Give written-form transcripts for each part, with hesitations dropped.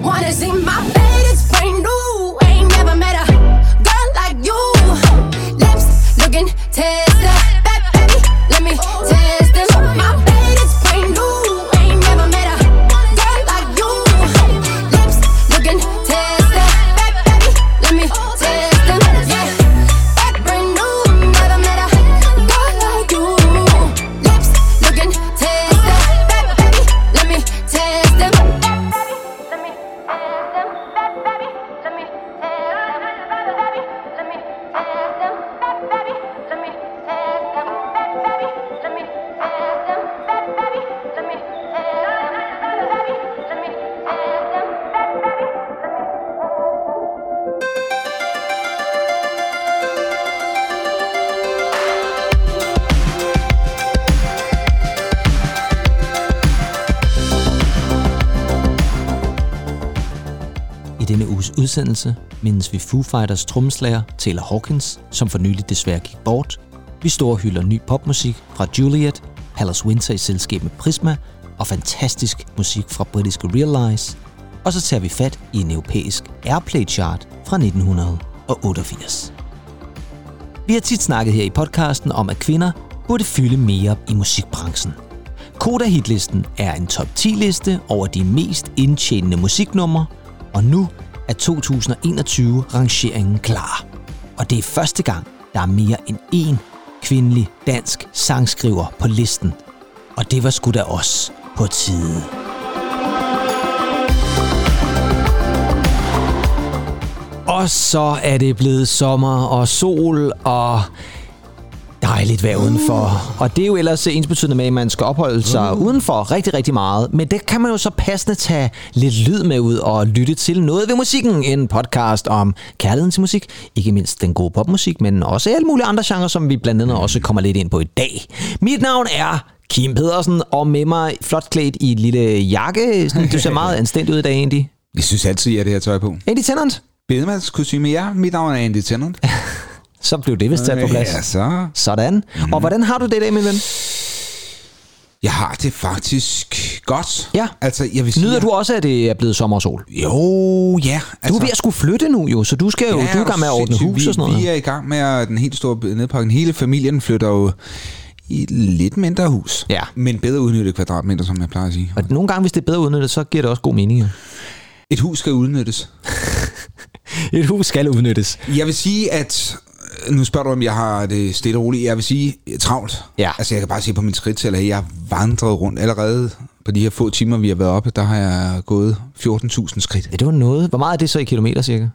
Wanna see my bed is brand new. Ain't never met a girl like you. Lips looking tester, baby, let me test them. My bed is brand new. Ain't never met a girl like you. Lips looking tester, baby, let me test them. Yeah, that brand new. Never met a girl like you. Lips looking tester, baby, let me test them. I denne uges udsendelse mindes vi Foo Fighters trommeslager Taylor Hawkins, som for nylig desværre gik bort. Vi storhylder ny popmusik fra Juliet, Palace Winter i selskab med Prisma og fantastisk musik fra britiske Realize. Og så tager vi fat i en europæisk Airplay-chart fra 1988. Vi har tit snakket her i podcasten om, at kvinder burde fylde mere i musikbranchen. Koda-hitlisten er en top 10-liste over de mest indtjenende musiknumre, og nu er 2021-rangeringen klar. Og det er første gang, der er mere end én kvindelig dansk sangskriver på listen. Og det var sgu da os på tide. Og så er det blevet sommer og sol og dejligt vejr udenfor. Og det er jo ellers ensbetydende med, at man skal opholde sig udenfor rigtig, rigtig meget. Men det kan man jo så passende tage lidt lyd med ud og lytte til Noget ved musikken. En podcast om kærligheden til musik. Ikke mindst den gode popmusik, men også alle mulige andre genrer, som vi blandt andet også kommer lidt ind på i dag. Mit navn er Kim Pedersen, og med mig flot klædt i et lille jakke. Du ser meget anstændig ud i dag, egentlig. Jeg synes altid, jeg har det her tøj på. Andy Tennant. Bedemandskostyme, ja. Mit navn er Andy Tennant. Så blev det vist taget på plads. Ja, så. Sådan. Og hvordan har du det i dag, min ven? Jeg har det faktisk godt. Ja. Altså, jeg vil sige, Nyder du også, at det er blevet sommer og sol? Jo, ja. Altså, du er ved at skulle flytte nu jo, så du skal jo, du er i gang med at ordne hus og sådan noget. Vi er i gang med den helt store nedpakken. Hele familien flytter jo i et lidt mindre hus. Ja. Men bedre udnyttet kvadratmeter, som jeg plejer at sige. Og nogle gange, hvis det er bedre udnyttet, så giver det også god mening. Jo. Et hus skal udnyttes. Et hus skal udnyttes. Jeg vil sige, at nu spørger du, om jeg har det stille og roligt. Jeg vil sige travlt. Ja. Altså, jeg kan bare se på min skridttæller, at jeg har vandret rundt allerede på de her få timer, vi har været oppe. Der har jeg gået 14.000 skridt. Ja, det var noget. Hvor meget er det så i kilometer, cirka?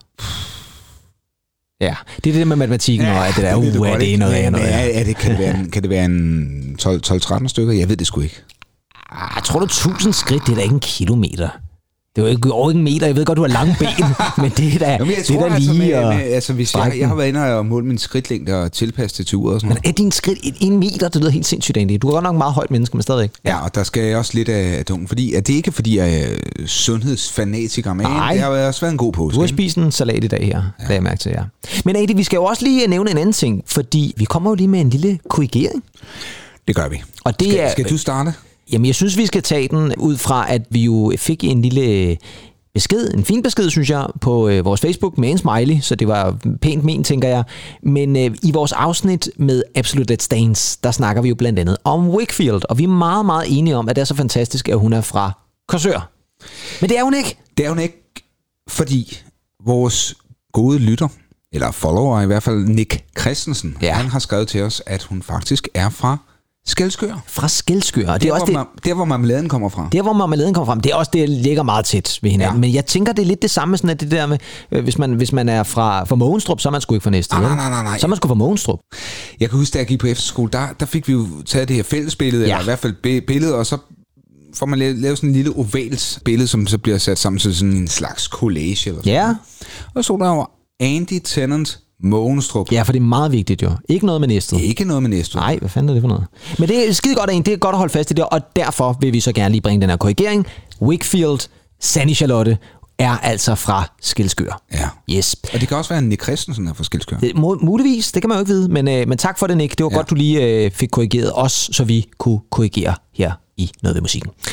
Ja, det er det med matematikken, og at det der, er det noget af noget. Ja, kan det være en 12-13 stykker? Jeg ved det sgu ikke. Jeg tror du 1000 skridt, det er da ikke en kilometer. Det er jo ikke over en meter. Jeg ved godt, du har lange ben, men det er da, jo, det er da lige hvis jeg har været inde og målt min skridtlængde og tilpasset det til uret og sådan noget. Men er din skridt 1 meter? Det lyder helt sindssygt egentlig. Du er godt nok meget højt menneske, men stadigvæk. Ja, og der skal jeg også lidt af dungen, fordi at det ikke er, fordi jeg er sundhedsfanatiker, men det har også været en god påske. Du har spist en salat i dag her, lagde jeg mærke til, ja. Men Adi, vi skal jo også lige nævne en anden ting, fordi vi kommer jo lige med en lille korrigering. Det gør vi. Og det skal du starte? Jamen, jeg synes, vi skal tage den ud fra, at vi jo fik en lille besked, en fin besked, synes jeg, på vores Facebook med en smiley, så det var pænt ment, tænker jeg. Men i vores afsnit med Absolute Let's Dance, der snakker vi jo blandt andet om Wakefield, og vi er meget, meget enige om, at det er så fantastisk, at hun er fra Korsør. Men det er hun ikke. Det er hun ikke, fordi vores gode lytter, eller follower i hvert fald, Nick Christensen, han har skrevet til os, at hun faktisk er fra Skælskør. Fra Skælskør. Det er også der, hvor marmeladen kommer fra. Der, hvor marmeladen kommer fra. Det er også det, ligger meget tæt ved hinanden. Ja. Men jeg tænker, det er lidt det samme med sådan, at det der med, hvis man er fra Mogenstrup, så er man sgu ikke fra Næstved. Nej. Så er man sgu fra Mogenstrup. Jeg kan huske, da jeg gik på efterskole, der fik vi jo taget det her fællesbillede, eller i hvert fald billede, og så får man lavet sådan en lille ovalt billede, som så bliver sat sammen til sådan en slags collage. Eller sådan. Ja. Og så der var Andy Tennant Mogenstrup. Ja, for det er meget vigtigt jo. Ikke noget med Næstved. Ikke noget med Næstved. Nej, hvad fanden er det for noget? Men det er skide godt, det er godt at holde fast i det, og derfor vil vi så gerne lige bringe den her korrigering. Wakefield, Sandy Charlotte, er altså fra Skælskør. Ja. Yes. Og det kan også være, at Nick Christensen er fra Skælskør. Muligvis, det kan man jo ikke vide, men tak for det, Nick. Det var godt, du lige fik korrigeret os, så vi kunne korrigere her i Noget ved musikken.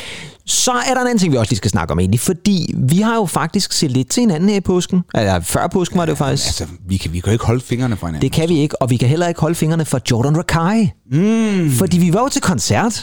Så er der en anden ting, vi også lige skal snakke om egentlig, fordi vi har jo faktisk set lidt til hinanden her i påsken. Eller før påsken var det jo faktisk. Altså, vi kan jo ikke holde fingrene fra hinanden. Det kan vi ikke, og vi kan heller ikke holde fingrene fra Jordan Rakei. Fordi vi var jo til koncert.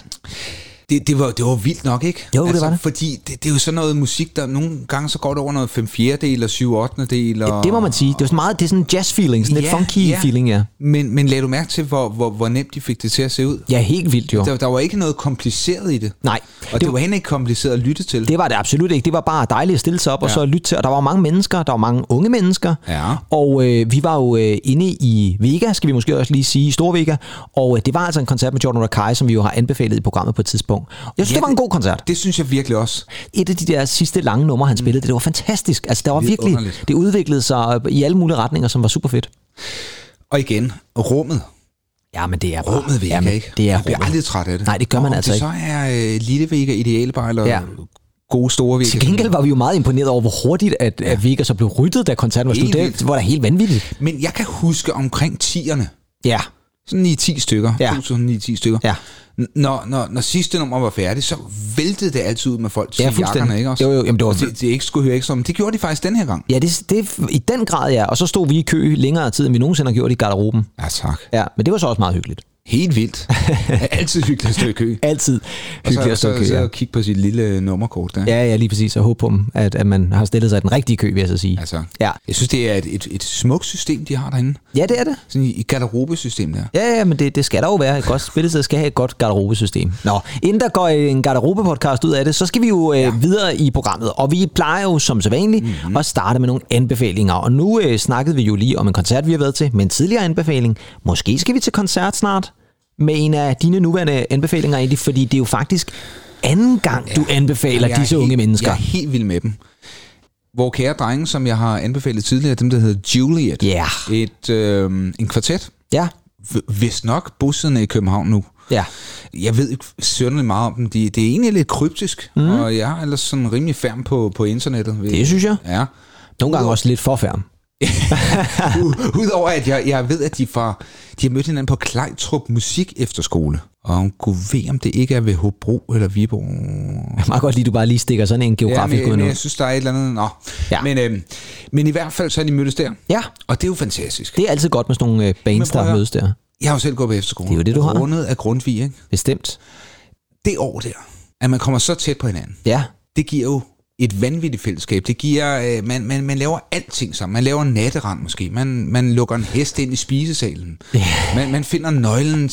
Det var vildt nok, ikke? Jo, det var det. Fordi det er jo sådan noget musik, der nogle gange så går det over noget 5/4 og 7/8. Og... Det må man sige. Det er sådan meget, det er sådan en jazz-feeling, sådan et funky feeling, ja. Men lad du mærke til, hvor nemt de fik det til at se ud? Ja, helt vildt jo. Der var ikke noget kompliceret i det. Nej. Og det var heller ikke kompliceret at lytte til. Det var det absolut ikke. Det var bare dejligt at stille sig op og så lytte til. Og der var mange mennesker, der var mange unge mennesker. Ja. Og vi var jo inde i Vega, skal vi måske også lige sige, i Stor Vega. Og det var altså en koncert med Jordan Rakei, som vi jo har anbefalet i programmet på et tidspunkt. Jeg synes, det var en god koncert. Det synes jeg virkelig også. Et af de der sidste lange numre, han spillede, det var fantastisk. Altså, der var virkelig, det udviklede sig i alle mulige retninger, som var super fedt. Og igen, rummet. Ja, men det er rummet Vega, ikke? Det er jeg bliver aldrig træt af det. Nej, det gør man altså ikke. Så er lille Vega ideale bare, eller gode store Vega. Til gengæld var vi jo meget imponeret over, hvor hurtigt at Vega så blev ryddet, da koncerten var slut. Det var da helt vanvittigt. Men jeg kan huske omkring 10'erne. Ja. Sådan 9-10 stykker. Ja. 2009-10 stykker. Ja. Når sidste nummer var færdig, så væltede det altid ud med folk til jakkerne, ikke også? Jo, jamen det var... Det ikke skulle høre ekstra, men det gjorde de faktisk den her gang. Ja, det i den grad, ja. Og så stod vi i kø længere tid, end vi nogensinde har gjort i garderoben. Ja, tak. Ja, men det var så også meget hyggeligt. Helt vildt. Altid hyggeligt at stå i kø. Altid hyggeligt at stå i kø, ja. Og kigge på sit lille nummerkort der. Ja, lige præcis. Og håbe på, at man har stillet sig i den rigtige kø, vil jeg så sige. Altså, ja. Jeg synes, det er et smukt system, de har derinde. Ja, det er det. Sådan et garderobesystem der. Ja, men det skal der jo være. Et godt spillested skal have et godt garderobesystem. Nå, inden der går en garderobepodcast ud af det, så skal vi jo videre i programmet. Og vi plejer jo som sædvanligt at starte med nogle anbefalinger. Og nu snakkede vi jo lige om en koncert, vi har været til, med en tidligere anbefaling. Måske skal vi til koncert snart med en af dine nuværende anbefalinger, egentlig, fordi det er jo faktisk anden gang, du anbefaler disse unge mennesker. Jeg er helt vild med dem. Vores kære drenge, som jeg har anbefalet tidligere, dem der hedder Juliet. Yeah. En kvartet. Ja. Vist nok bosiddende i København nu. Ja. Jeg ved ikke sønderligt meget om dem. Det er egentlig lidt kryptisk, og jeg er ellers sådan rimelig færm på internettet. Det synes jeg. Ja. Nogle gange også lidt for færm. Udover at jeg ved, at de har mødt hinanden på Klejtrup Musik Efterskole. Og hun kunne ved, om det ikke er ved Hobro eller Viborg. Jeg må godt lide, du bare lige stikker sådan en geografisk ud nu. Men jeg synes, der er et eller andet... Nå. Ja. Men i hvert fald, så er de mødtes der. Ja. Og det er jo fantastisk. Det er altid godt med sådan nogle bands, der mødes der. Jeg har jo selv gået på efterskole. Det er jo det, du har. Rundet af Grundtvig, ikke? Bestemt. Det år der, at man kommer så tæt på hinanden. Ja. Det giver jo et vanvittigt fællesskab. Det giver, man laver alting sammen. Man laver en natterand måske. Man lukker en hest ind i spisesalen. Yeah. Man finder nøglen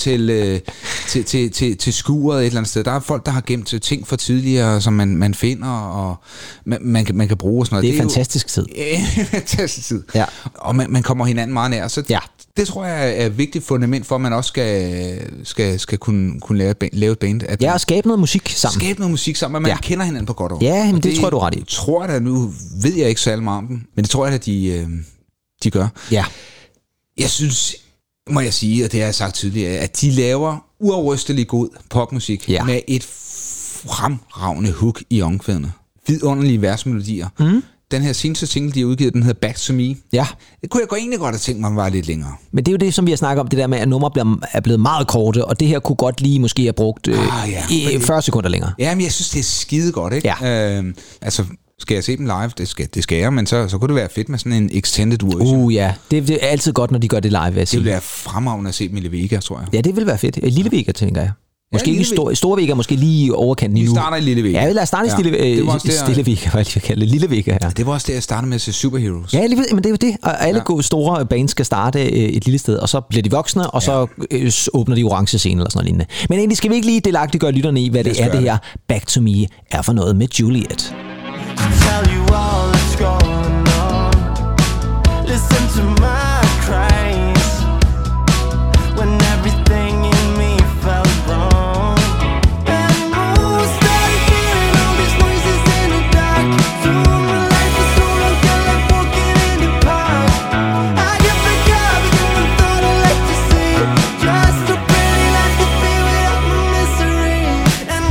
til skuret et eller andet sted. Der er folk, der har gemt ting fra tidligere, som man finder, og man kan bruge og sådan noget. Det er fantastisk tid. Fantastisk tid. Ja. Og man kommer hinanden meget nær. Så det tror jeg er et vigtigt fundament for, at man også skal kunne lave et band. Og skabe noget musik sammen. Skabe noget musik sammen, at man kender hinanden på godt år. Ja, men det tror jeg, du er ret i. Tror jeg da, nu ved jeg ikke særlig meget om dem, men det tror jeg da, de gør. Ja. Jeg synes, må jeg sige, og det har jeg sagt tidligere, at de laver uafrystelig god popmusik med et fremragende hook i omkvædene. Vidunderlige versmelodier. Den her seneste single, de har udgivet, den hedder Back to Me. Ja. Det kunne jeg egentlig godt have tænkt mig, var lidt længere. Men det er jo det, som vi har snakket om, det der med, at numre er blevet meget korte, og det her kunne godt lige måske have brugt 40 sekunder længere. Ja, men jeg synes, det er skide godt, ikke? Ja. Altså, skal jeg se dem live? Det skal jeg, men så kunne det være fedt med sådan en extended version. Ja. Det er altid godt, når de gør det live, vil jeg sige. Det vil være fremragende at se dem i Lille Vega, tror jeg. Ja, det vil være fedt. Lille Vega, tænker jeg. Måske ikke Store Vega, måske lige i overkanten endnu. Vi starter i Lille Vega. Ja, lad os starte i Stille Vega, hvad jeg kalde det. Lille Vega, ja. Det var også der, jeg startede med at se Superheroes. Ja, men det er jo det. Og alle store bands skal starte et lille sted, og så bliver de voksne, og så åbner de orange scene eller sådan noget lignende. Men egentlig skal vi ikke lige delagtiggøre lytterne i, hvad det er, det her Back to Me er for noget med Juliet. Tell you all that's going on. Listen to my cries when everything in me felt wrong. And moon started feeling all these noises in the dark. Through my life was so long, felt like walking in the park. I get back up again and thought I'd like to see just a pretty life to be without my misery. And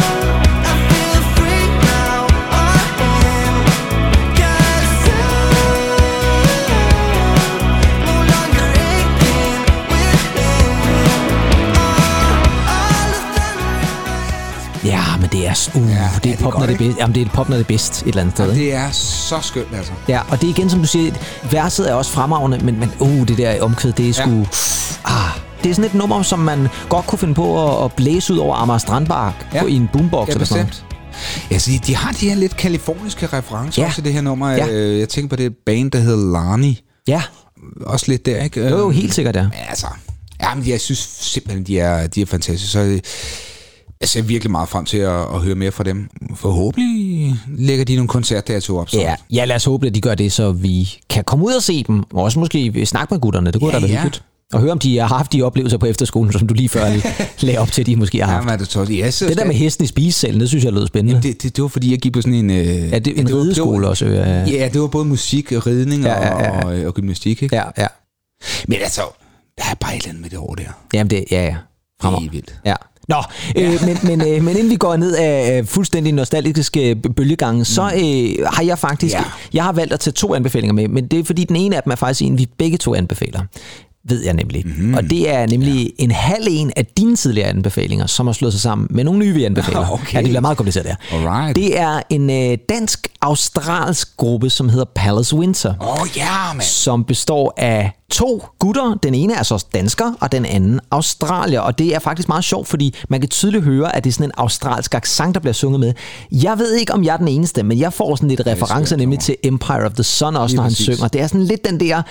I feel free now, all in. 'Cause også. Det er pop, når det er bedst. Jamen, det er pop, når det er bedst et eller andet sted. Ja, det er så skønt, altså. Ja, og det er igen, som du siger, verset er også fremragende, men det der omkvæd, det er sgu... Det er sådan et nummer, som man godt kunne finde på at blæse ud over Amager Strandpark i en boombox eller sådan noget. Ja, så de har de her lidt kaliforniske referencer også i det her nummer. Ja. Jeg tænker på det band, der hedder Larny. Ja. Også lidt der, ikke? Jo, helt sikkert, ja. Altså, men jeg synes simpelthen, de er fantastiske. Så jeg ser virkelig meget frem til at høre mere fra dem. Forhåbentlig lægger de nogle koncertdato op. Ja, lad os håbe, at de gør det, så vi kan komme ud og se dem. Og også måske snakke med gutterne. Det kunne da være hyggeligt. Og høre, om de har haft de oplevelser på efterskolen, som du lige før lagde op til, de måske har haft. Det der med hesten i spisesalen, det synes jeg lød spændende. Det var, fordi jeg gik på sådan en... en rideskole også. Ja, det var både musik, ridning og gymnastik, ikke? Ja. Men altså, der er bare et eller andet med det over der. Jamen, det er helt vildt. Ja. Nå, men inden vi går ned af fuldstændig nostalgiske bølgegange, så har jeg faktisk... Jeg har valgt at tage 2 anbefalinger med, men det er fordi, den ene af dem er faktisk en, vi begge 2 anbefaler. Ved jeg nemlig. Og det er nemlig en halv en af dine tidligere anbefalinger, som har slået sig sammen med nogle nye anbefalinger. Okay. Ja, det bliver meget kompliceret der. Alright. Det er en dansk-australsk gruppe, som hedder Palace Winter. Man. Som består af 2 gutter. Den ene er så dansker, og den anden australier. Og det er faktisk meget sjovt, fordi man kan tydeligt høre, at det er sådan en australsk accent, der bliver sunget med. Jeg ved ikke, om jeg er den eneste, men jeg får sådan lidt referencer nemlig til Empire of the Sun også, når han synger. Det er sådan lidt den der...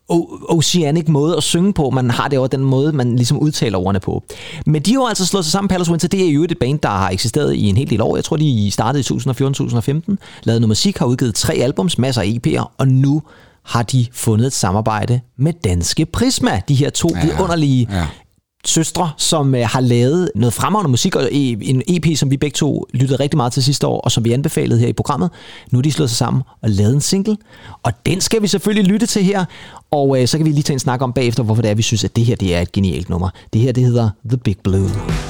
oceanic måde at synge på. Man har det over den måde, man ligesom udtaler ordene på. Men de har altså slået sig sammen. Palace Winter, det er jo et band, der har eksisteret i en hel del år. Jeg tror, de startede i 2014-2015. Lavet noget musik, har udgivet 3 albums, masser af EP'er, og nu har de fundet et samarbejde med Danske Prisma. De her 2 vidunderlige søstre, som har lavet noget fremragende musik, og en EP, som vi begge 2 lyttede rigtig meget til sidste år, og som vi anbefalede her i programmet. Nu er de slået sig sammen og lavet en single, og den skal vi selvfølgelig lytte til her, og så kan vi lige tage en snak om bagefter, hvorfor det er, vi synes, at det her det er et genialt nummer. Det her, det hedder The Big Blue.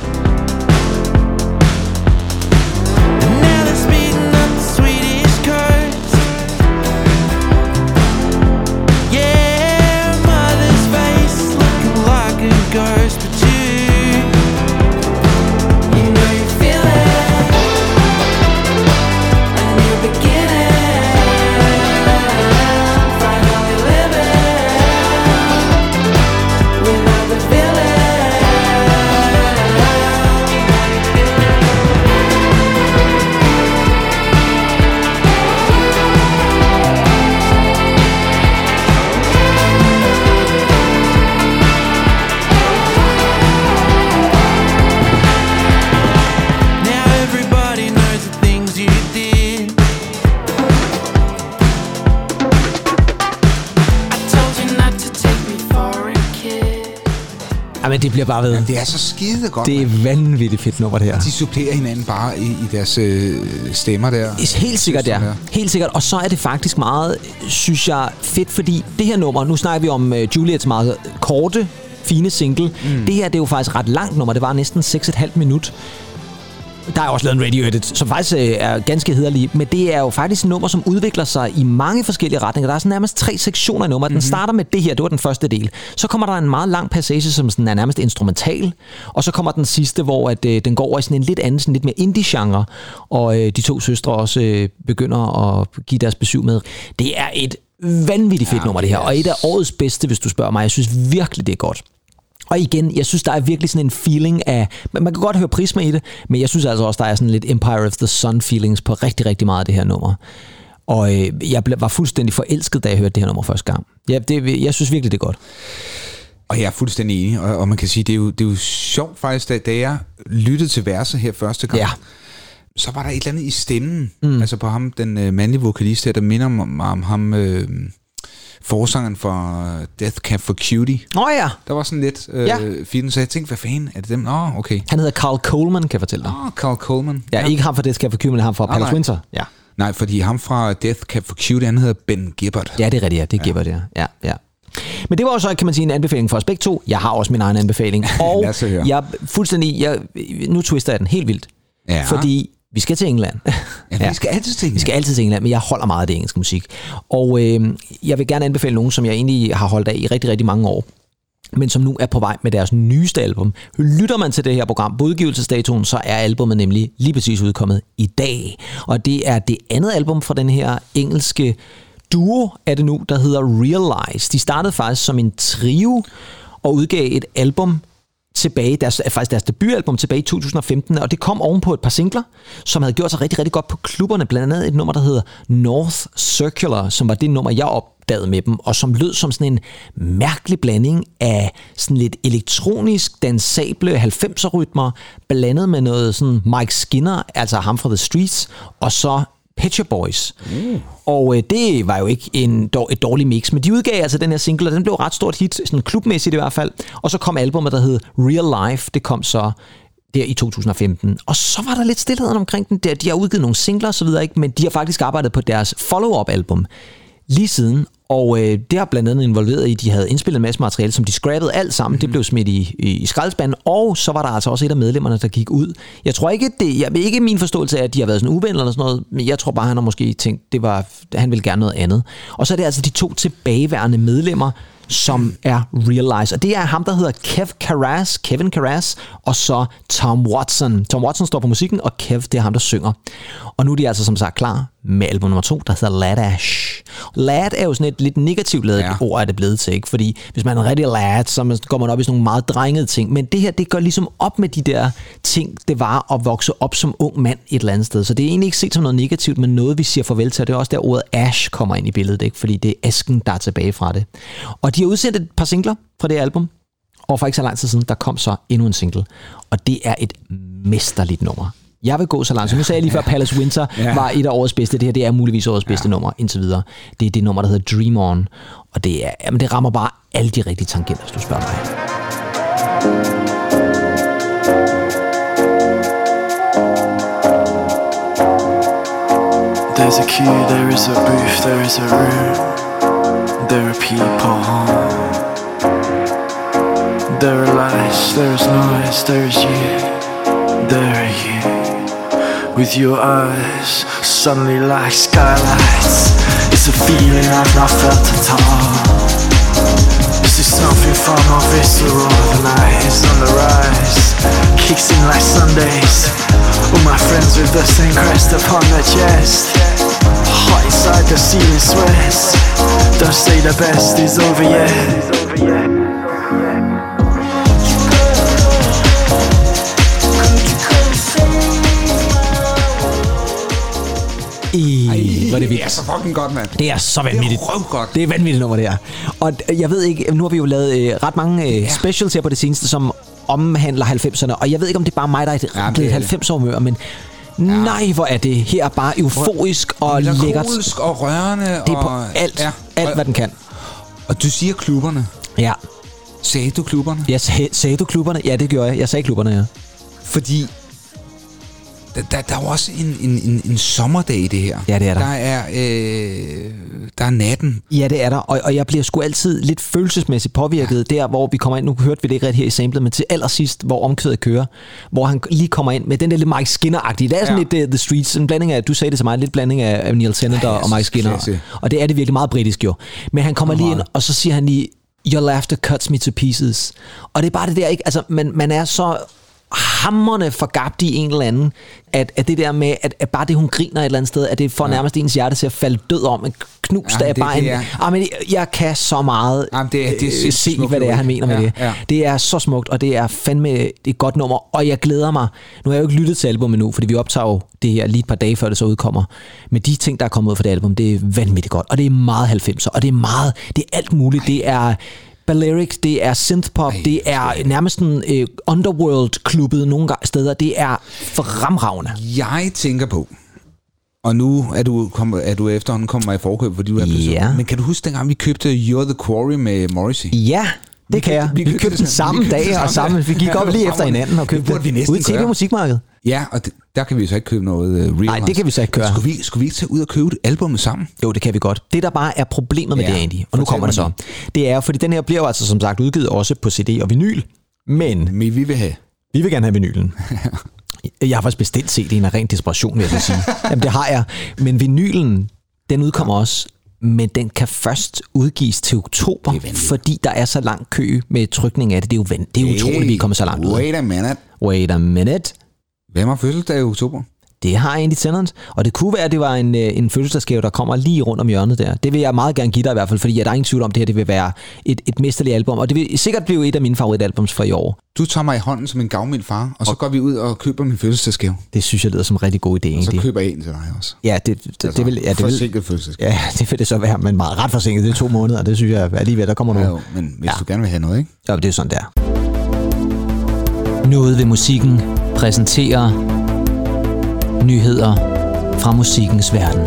Men det bliver bare ved. Jamen, det er så skide godt. Det er vanvittigt fedt nummer, det her. De supplerer hinanden bare i deres stemmer der. Helt sikkert, ja. Helt sikkert. Og så er det faktisk meget, synes jeg, fedt, fordi det her nummer, nu snakker vi om Juliets meget korte, fine single. Det her, det er jo faktisk ret langt nummer. Det var næsten 6,5 minut. Der er også lavet en radio-edit, som faktisk er ganske hederlig, men det er jo faktisk et nummer, som udvikler sig i mange forskellige retninger. Der er sådan nærmest 3 sektioner i nummeret. Den starter med det her, det var den første del. Så kommer der en meget lang passage, som sådan er nærmest instrumental, og så kommer den sidste, hvor den går over i sådan en lidt anden, sådan lidt mere indie-genre, og de 2 søstre også begynder at give deres besøg med. Det er et vanvittigt fedt nummer, det her, og et af årets bedste, hvis du spørger mig. Jeg synes virkelig, det er godt. Og igen, jeg synes, der er virkelig sådan en feeling af... Man kan godt høre Prisma i det, men jeg synes altså også, der er sådan lidt Empire of the Sun feelings på rigtig, rigtig meget af det her nummer. Og jeg var fuldstændig forelsket, da jeg hørte det her nummer første gang. Jeg synes virkelig, det er godt. Og jeg er fuldstændig enig, og man kan sige, det er jo sjovt faktisk, da jeg lyttede til verset her første gang, så var der et eller andet i stemmen, altså på ham, den mandlige vokalist her, der minder mig om ham... forsangeren for Death Cab for Cutie. Der var sådan lidt fint, så jeg tænkte, hvad fanden er det dem? Okay. Han hedder Carl Coleman, kan jeg fortælle dig. Carl Coleman. Ja, ikke ham fra Death Cab for Cutie, men ham fra Palace Winter. Ja. Nej, fordi ham fra Death Cab for Cutie, han hedder Ben Gibbard. Ja, det er rigtigt, ja. Det er Gibbard, ja. Men det var også, kan man sige, en anbefaling for os begge 2. Jeg har også min egen anbefaling. Og nu twister jeg den helt vildt. Ja. Fordi vi skal til England. Ja, vi skal altid til England. Vi skal altid til England, men jeg holder meget af det engelske musik. Og jeg vil gerne anbefale nogen, som jeg egentlig har holdt af i rigtig, rigtig mange år. men som nu er på vej med deres nyeste album. Lytter man til det her program på udgivelsesdatoen, så er albumet nemlig lige præcis udkommet i dag. Og det er det andet album fra den her engelske duo, er det nu, der hedder Realize. De startede faktisk som en trio og udgav et album tilbage, deres debutalbum tilbage i 2015, og det kom ovenpå et par singler, som havde gjort sig rigtig, rigtig godt på klubberne, blandt andet et nummer, der hedder North Circular, som var det nummer, jeg opdagede med dem, og som lød som sådan en mærkelig blanding af sådan lidt elektronisk, dansable 90'er-rytmer, blandet med noget sådan Mike Skinner, altså ham fra The Streets, og så Pet Shop Boys. Og det var jo ikke et dårligt mix, men de udgav altså den her single, og den blev ret stort hit, sådan klubmæssigt i hvert fald. Og så kom albumet, der hed Real Life, det kom så der i 2015. Og så var der lidt stilhed omkring den der. De har udgivet nogle singler og så videre, ikke? Men de har faktisk arbejdet på deres follow-up album lige siden. Og det har blandt andet involveret i, at de havde indspillet en masse materiale, som de scrappede alt sammen. Det blev smidt i skraldespanden, og så var der altså også et af medlemmerne, der gik ud. Jeg tror ikke, ikke min forståelse af, at de har været sådan uvenner eller sådan noget, men jeg tror bare, han har måske tænkt, han ville gerne noget andet. Og så er det altså de 2 tilbageværende medlemmer, som er Realize. Og det er ham, der hedder Kevin Karas, og så Tom Watson. Tom Watson står på musikken, og Kev, det er ham, der synger. Og nu er de altså som sagt klar med album nummer 2, der hedder Ladash. Lad er jo sådan et lidt negativt ladet ord, er det blevet til, ikke? Fordi hvis man er rigtig lad, så går man op i sådan nogle meget drengede ting. Men det her, det går ligesom op med de der ting, det var at vokse op som ung mand et eller andet sted. Så det er egentlig ikke set som noget negativt, men noget, vi siger farvel til. Og det er også der ordet ash kommer ind i billedet, ikke? Fordi det er asken, der er tilbage fra det. Og de har udsendt et par singler fra det album, og for ikke så lang tid siden, der kom så endnu en single. Og det er et mesterligt nummer. Jeg vil gå så langt. Så nu sagde jeg lige før, Palace Winter var et af årets bedste. Det her, det er muligvis årets bedste nummer indtil videre. Det er det nummer, der hedder Dream On. Og det rammer bare alle de rigtige tangenter, hvis du spørger mig. There's a queue, there is a booth, there is a room. There are people. There are lights, there is noise, there is you. There are you. With your eyes, suddenly like skylights. It's a feeling I've not felt at all. This is something far more visceral. The night is on the rise, kicks in like Sundays. All my friends with the same crest upon their chest. Hot inside, the ceiling sweats. Don't say the best is over yet. Hvor er det vildt. Det er så fucking godt, mand. Det er så vanvittigt. Det er røvgodt. Det er vanvittigt nummer, det er. Og jeg ved ikke, nu har vi jo lavet ret mange specials her på det seneste, som omhandler 90'erne, og jeg ved ikke, om det er bare mig, der er et 90'er-humør, men nej, hvor er det her bare euforisk og lækkert. Melankolsk og rørende. Det er på alt, hvad den kan. Og du siger klubberne. Ja. Sagde du klubberne? Ja, sagde du klubberne? Ja, det gjorde jeg. Jeg sagde klubberne, ja. Fordi der er jo også en sommerdag i det her. Ja, det er der. Der er natten. Ja, det er der. Og jeg bliver sgu altid lidt følelsesmæssigt påvirket der, hvor vi kommer ind. Nu hørte vi det ikke ret her i samlet, men til allersidst, hvor omkvædet kører, hvor han lige kommer ind med den der lidt Mike Skinner-agtige. Det er sådan lidt The Streets, en blanding af, du sagde det til mig, lidt blanding af Neil Tennant og Mike Skinner. Og det er det virkelig meget britisk jo. Men han kommer lige ind, og så siger han lige, your laughter cuts me to pieces. Og det er bare det der, ikke? Altså, man er så hammerne forgabt i en eller anden, at det der med, at bare det, hun griner et eller andet sted, at det får nærmest ens hjerte til at falde død om. En knus, der er bare men jeg kan så meget se, hvad det er, han mener med det. Ja. Det er så smukt, og det er fandme et godt nummer, og jeg glæder mig. Nu har jeg jo ikke lyttet til albumet nu, fordi vi optager jo det her lige et par dage, før det så udkommer. Men de ting, der er kommet ud fra det album, det er vanvittigt godt, og det er meget 90'er, og det er alt muligt. Det er Balearic, det er synthpop, det er nærmest en underworld-klubbet nogle steder. Det er fremragende. Jeg tænker på, og nu er du efterhånden kommet mig i forkøb, fordi du er person. Men kan du huske dengang, vi købte You're the Quarry med Morrissey? Ja, det kan jeg. Vi købte den samme dag, og sammen. Vi gik op lige efter hinanden og købte den ud i TV-musikmarkedet. Ja, og der kan vi så ikke købe noget Realize. Nej, det kan vi så ikke gøre. Skulle vi ikke tage ud og købe albumet sammen? Jo, det kan vi godt. Det, der bare er problemet med det, Andy, og nu kommer det så, det er, fordi den her bliver jo altså som sagt udgivet også på CD og vinyl, men vi vil gerne have vinylen. Jeg har faktisk bestilt CD'en af ren desperation, vil jeg så sige. Jamen, det har jeg. Men vinylen, den udkommer også men den kan først udgives til oktober, fordi der er så lang kø med trykning af det. Det er jo utroligt, vi er kommet så langt ud. Wait a minute. Hvem har fødselsdag i oktober? Det har Andy Tennant, og det kunne være, at det var en fødselsdagsgave, der kommer lige rundt om hjørnet der. Det vil jeg meget gerne give dig i hvert fald, fordi der er ingen tvivl om, det her det vil være et mesterligt album, og det vil sikkert blive et af mine favoritalbums fra i år. Du tager mig i hånden som en gavmild far, og så går vi ud og køber min fødselsdagsgave. Det synes jeg lyder som en rigtig god idé egentlig. Og så køber jeg en til dig også. Ja, det vil... Forsinket fødselsdagsgave. Ja, det vil det så være, men meget ret forsinket. Det er 2 måneder, det synes jeg alligevel, der kommer noget. Jo, men hvis du gerne vil have noget, ikke? Ja, det er sådan der. Noget ved musikken præsenterer nyheder fra musikkens verden.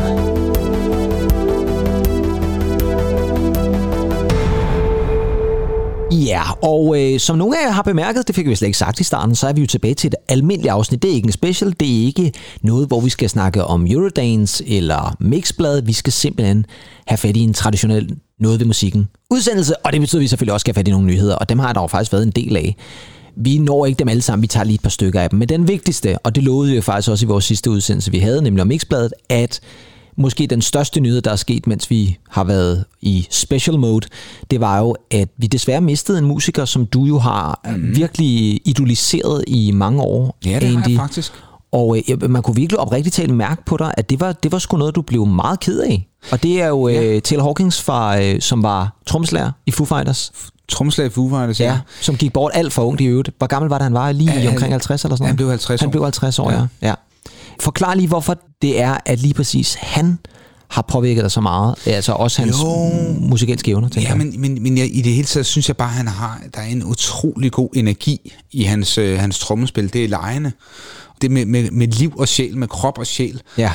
Ja, og som nogle af jer har bemærket, det fik vi slet ikke sagt i starten, så er vi jo tilbage til et almindeligt afsnit. Det er ikke en special, det er ikke noget, hvor vi skal snakke om Eurodance eller Mixblad. Vi skal simpelthen have fat i en traditionel noget ved musikken udsendelse, og det betyder, at vi selvfølgelig også skal have fat i nogle nyheder, og dem har der jo faktisk været en del af. Vi når ikke dem alle sammen, vi tager lige et par stykker af dem. Men den vigtigste, og det lovede vi jo faktisk også i vores sidste udsendelse, vi havde, nemlig om Mixbladet, at måske den største nyhed, der er sket, mens vi har været i special mode, det var jo, at vi desværre mistede en musiker, som du jo har virkelig idoliseret i mange år. Ja, det har jeg faktisk. Og man kunne virkelig oprigtigt tale mærke på dig, at det var sgu noget, du blev meget ked af. Og det er jo Taylor Hawkins, som var trommeslager i Foo Fighters. Trommeslager i Foo Fighters, ja. Som gik bort alt for ungt i øvrigt. Hvor gammel var det, han var? Lige omkring 50 eller sådan noget? Han blev 50 år. Han blev 50 år, ja. Forklar lige, hvorfor det er, at lige præcis han har påvirket dig så meget. Altså også hans musikalske evner, tænker jeg. Men i det hele taget synes jeg bare, der er en utrolig god energi i hans trommespil. Det er lejende. Det med liv og sjæl, med krop og sjæl. Ja.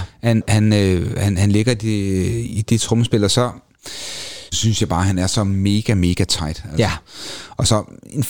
Han ligger i det trommespil, og så synes jeg bare, han er så mega, mega tight. Altså. Ja. Og så en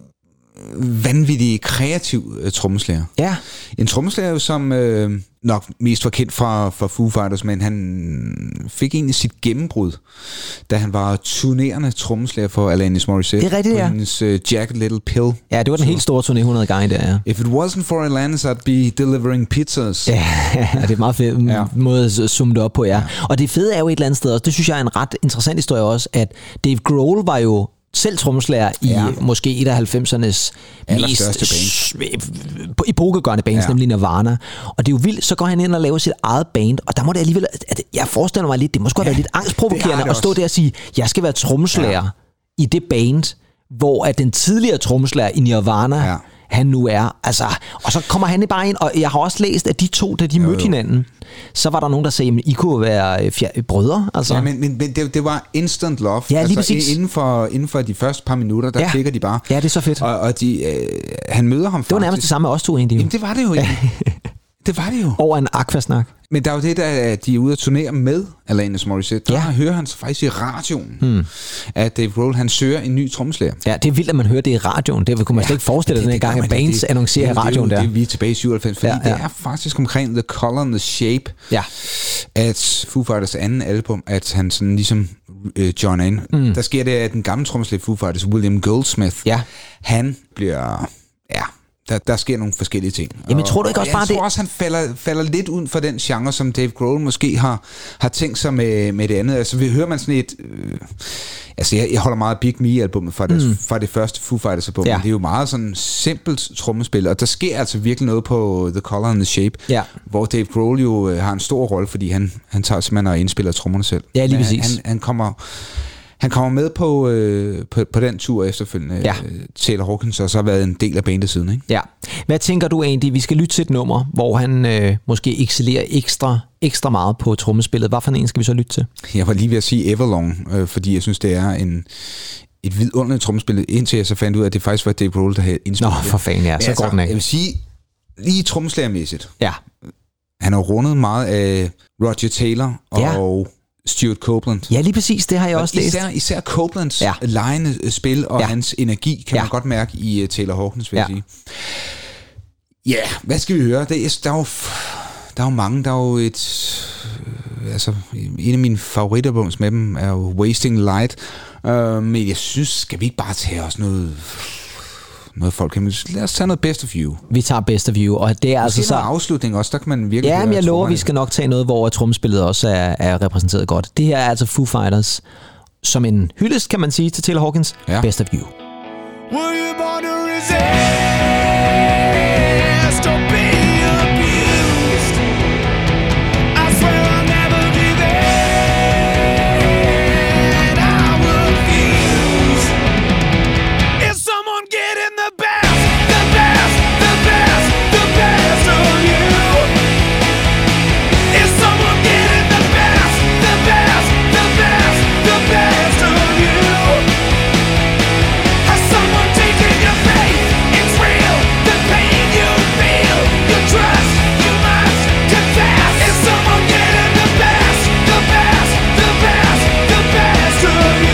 vanvittig kreativ trommeslager. Ja. En trommeslager, som nok mest var kendt fra Foo Fighters, men han fik egentlig sit gennembrud, da han var turnerende trommeslager for Alanis Morissette. Det er rigtigt, ja. På hendes Jagged Little Pill. Ja, det var den helt store turné, 100 gange der, ja. If it wasn't for Alanis, I'd be delivering pizzas. Ja, det er meget fedt måde at zoome det op på, ja. Og det fede er jo et eller andet sted også, det synes jeg er en ret interessant historie også, at Dave Grohl var jo selv trommeslager i måske et af 90'ernes mest epokegørende bands, nemlig Nirvana. Og det er jo vildt, så går han ind og laver sit eget band, og der må det alligevel, at jeg forestiller mig lidt, det må sgu have været lidt angstprovokerende at stå der og sige, jeg skal være trommeslager i det band, hvor at den tidligere trommeslager i Nirvana, han nu er. Altså, og så kommer han bare ind, og jeg har også læst, at de to, da de mødte hinanden, så var der nogen, der sagde, at I kunne være brødre. Altså. Ja, men det var instant love. Ja, lige præcis. Inden for de første par minutter, der klikker de bare. Ja, det er så fedt. Og han møder ham faktisk. Det var nærmest det samme med os to egentlig. Jamen, det var det jo egentlig. Det var det jo. Over en aquasnak. Men der er jo det, at de er ude at turnere med Alanis Morissette. Der hører han så faktisk i radioen, at Dave Grohl, han søger en ny trommeslager. Ja, det er vildt, at man hører det i radioen. Det kunne man slet ikke forestille sig, den gang, at bands annoncerer i radioen der. Det er vi tilbage i 97, fordi det er faktisk omkring The Color and the Shape, at Foo Fighters anden album, at han sådan ligesom John Ann. Der sker det, at den gamle trommeslager Foo Fighters, William Goldsmith, han bliver... Der sker nogle forskellige ting. Jamen, tror du ikke også bare det? Jeg tror også, han falder lidt ud for den genre, som Dave Grohl måske har tænkt sig med det andet. Altså, vi hører man sådan et... jeg holder meget af Big Me-albummet fra det første Foo Fighters-album. Det er jo meget sådan simpelt trommespil, og der sker altså virkelig noget på The Color and the Shape, hvor Dave Grohl jo har en stor rolle, fordi han tager simpelthen og indspiller trommerne selv. Ja, lige præcis. Han kommer med på den tur efterfølgende. Taylor Hawkins og så har været en del af bandet siden, ikke? Ja. Hvad tænker du egentlig? Vi skal lytte til et nummer, hvor han måske excellerer ekstra meget på trommespillet. Hvad for en skal vi så lytte til? Jeg var lige ved at sige Everlong, fordi jeg synes, det er et vidunderligt trommespil, indtil jeg så fandt ud af, at det faktisk var Dave Grohl, der havde indspillet. Nå, for fanden, ja. Så går den af. Jeg vil sige, lige trommeslagermæssigt. Ja. Han har rundet meget af Roger Taylor og... Stuart Copeland. Ja, lige præcis, det har jeg også læst. Især Copelands lejende spil og hans energi, kan man godt mærke i Taylor Hawkins, vil jeg sige. Ja, hvad skal vi høre? Der er jo mange. Der er jo en af mine favoritalbums med dem er jo Wasting Light. Men jeg synes, skal vi ikke bare tage os noget folk kan... Lad os tage noget Best of You. Vi tager Best of You, og det er altså så... afslutning også, der kan man virkelig... Ja, men jeg lover, vi skal nok tage noget, hvor trommespillet også er repræsenteret godt. Det her er altså Foo Fighters, som en hyldest, kan man sige, til Taylor Hawkins. Ja. Best of You. Were you born to resist or be abused? I swear I'll never give in. I refuse. Is someone getting the best, the best, the best, the best of you? Is someone getting the best, the best, the best, the best of you? Has someone taken your faith? It's real. The pain you feel, you trust, you must confess. Is someone getting the best, the best, the best, the best of you?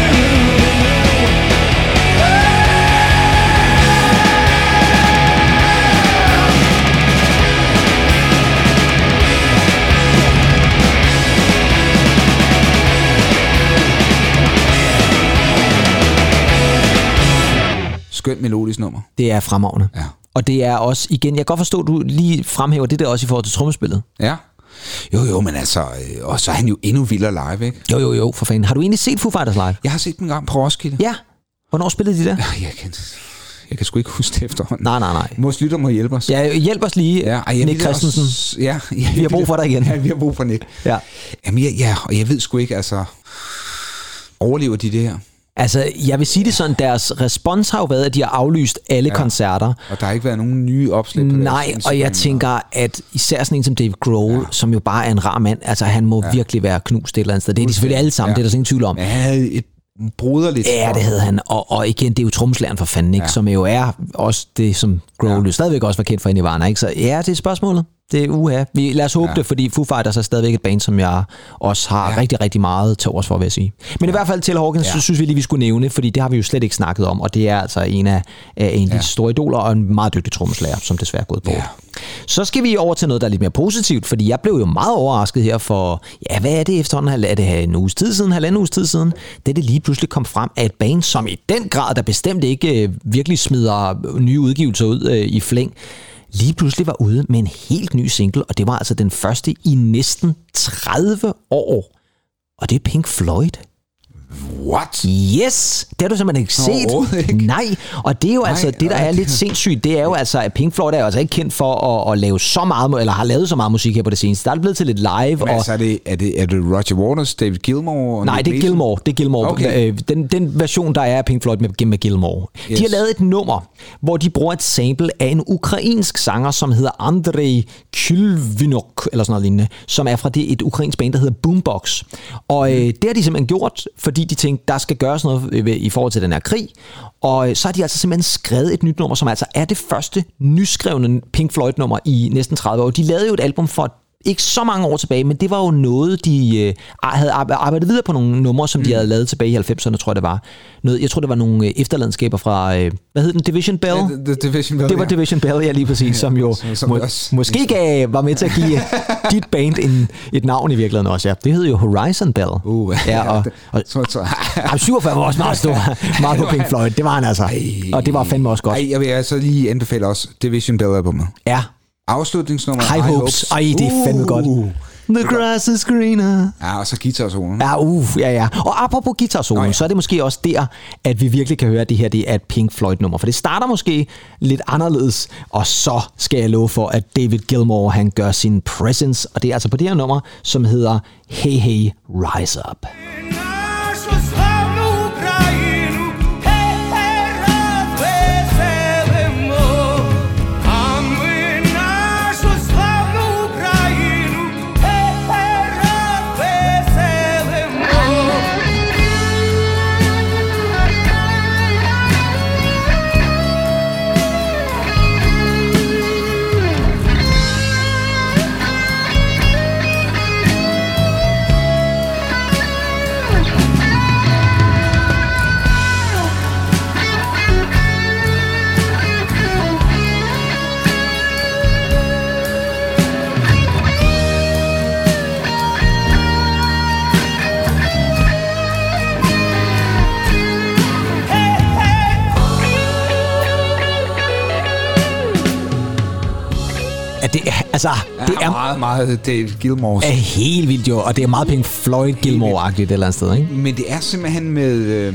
Skønt melodisk nummer. Det er fremragende. Ja. Og det er også, igen, jeg kan godt forstå, at du lige fremhæver det der også i forhold til trommespillet. Ja. Jo, men altså... Og så er han jo endnu vildere live, ikke? Jo, for fanden. Har du egentlig set Foo Fighters live? Jeg har set dem en gang på Roskilde. Ja. Hvornår spillede de der? Jeg kan sgu ikke huske det efterhånden. Nej. Vores lytter må hjælpe os. Ja, hjælp os lige, Ja, Nick Christensen. Vi har brug for dig igen. Ja, vi har brug for Nick. Ja. Jamen, og jeg ved sgu ikke, altså... Overlever de det her? Altså, jeg vil sige det sådan, deres respons har jo været, at de har aflyst alle koncerter. Og der har ikke været nogen nye opslag på Nej, og jeg tænker, at især sådan en som Dave Grohl, som jo bare er en rar mand, altså han må virkelig være knust et eller andet sted. Det er de selvfølgelig alle sammen, det er der ingen tvivl om. Men han havde et broderligt... Ja, det havde han. Og igen, det er jo trommeslageren for fanden, ikke? Som jo er også det, som Grohl jo stadigvæk også var kendt for i Nirvana, ikke? Så ja, det er spørgsmålet. Det er lad os håbe det, fordi Foo Fighters er stadigvæk et band, som jeg også har rigtig, rigtig meget til års for, vil jeg sige. Men i hvert fald Taylor Hawkins, så synes vi lige, vi skulle nævne, fordi det har vi jo slet ikke snakket om, og det er altså en af de store idoler, og en meget dygtig trommeslager, som desværre er gået bort. Så skal vi over til noget, der er lidt mere positivt, fordi jeg blev jo meget overrasket her for, hvad er det efterhånden? Er det en uges tid siden, halvanden uges tid siden? Det lige pludselig kom frem af et band, som i den grad, der bestemt ikke virkelig smider nye udgivelser ud i flæng, lige pludselig var ude med en helt ny single, og det var altså den første i næsten 30 år. Og det er Pink Floyd. What? Yes! Det har du simpelthen ikke set. Ikke. Nej, og det er jo altså, det der er lidt sindssygt, det er jo altså, at Pink Floyd er jo altså ikke kendt for at lave så meget, eller har lavet så meget musik her på det seneste. Der er det blevet til lidt live. Men altså, er det Roger Waters, David Gilmour? Nej, det er Gilmour. Det er Gilmour. Okay. Den version, der er Pink Floyd med Gilmour. Yes. De har lavet et nummer, hvor de bruger et sample af en ukrainsk sanger, som hedder Andrei Kylvinok, eller sådan noget lignende, som er fra et ukrainsk band, der hedder Boombox. Og det har de simpelthen gjort, fordi de tænkte, der skal gøres noget i forhold til den her krig. Og så har de altså simpelthen skrevet et nyt nummer, som altså er det første nyskrevne Pink Floyd-nummer i næsten 30 år. De lavede jo et album for ikke så mange år tilbage, men det var jo noget, de havde arbejdet videre på nogle numre, som de havde lavet tilbage i 90'erne, tror jeg det var. Jeg tror, det var nogle efterladenskaber fra, hvad hed den? Division Bell? Division Bell, det var Division Bell, ja, lige præcis, som jo måske var med til at give dit band et navn i virkeligheden også, ja. Det hed jo Horizon Bell. Og 47 var også meget stor, meget på Pink Floyd, det var han altså. Og det var fandme også godt. Jeg vil altså lige anbefale også Division Bell-albumet. Ja. Afslutningsnummer High Hopes. Ej, det er fandme godt. The grass is greener. Ja, og så guitarsolen. Ja. Og apropos guitarsolen, så er det måske også der, at vi virkelig kan høre, at det her det er et Pink Floyd-nummer. For det starter måske lidt anderledes, og så skal jeg love for, at David Gilmour, han gør sin presence. Og det er altså på det her nummer, som hedder Hey Hey Rise Up. altså, det er meget, meget David Gilmour. er helt vildt jo, og det er meget Pink Floyd Gilmour-agtigt et eller andet sted, ikke? Men det er simpelthen med...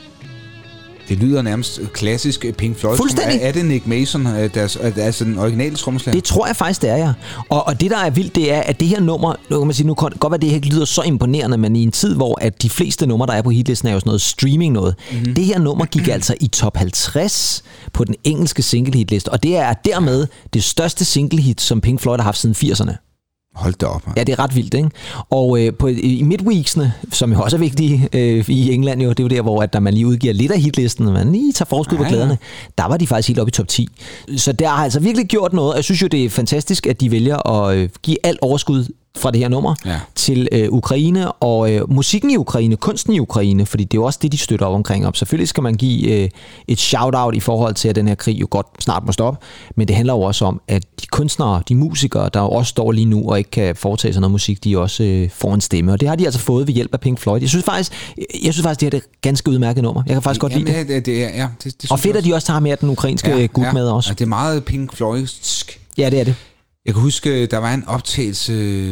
det lyder nærmest klassisk Pink Floyd. Fuldstændig. Er det Nick Mason, altså den originale trommeslager? Det tror jeg faktisk, det er, ja. Og det, der er vildt, det er, at det her nummer, nu kan man sige, nu kan godt være, det her ikke lyder så imponerende, men i en tid, hvor at de fleste numre, der er på hitlisten, er jo sådan noget streaming noget. Mm-hmm. Det her nummer gik altså i top 50 på den engelske single-hitliste, og det er dermed det største single-hit, som Pink Floyd har haft siden 80'erne. Hold da op. Ja, det er ret vildt, ikke? Og i midweeksene, som jo også er vigtige i England, jo, det er jo der, hvor at, når man lige udgiver lidt af hitlisten, og man lige tager forskud på pladerne, der var de faktisk helt oppe i top 10. Så der har altså virkelig gjort noget, og jeg synes jo, det er fantastisk, at de vælger at give alt overskud fra det her nummer til Ukraine, og musikken i Ukraine, kunsten i Ukraine, fordi det er jo også det, de støtter op omkring. Og selvfølgelig skal man give et shout-out i forhold til, at den her krig jo godt snart må stoppe, men det handler jo også om, at de kunstnere, de musikere, der jo også står lige nu og ikke kan foretage sig noget musik, de også får en stemme, og det har de altså fået ved hjælp af Pink Floyd. Jeg synes faktisk, det her er et ganske udmærket nummer. Jeg kan faktisk godt lide det. Det og fedt, at de også tager med den ukrainske gut med også. Ja, det er meget Pink Floydsk. Ja, det er det. Jeg kan huske, der var en optagelse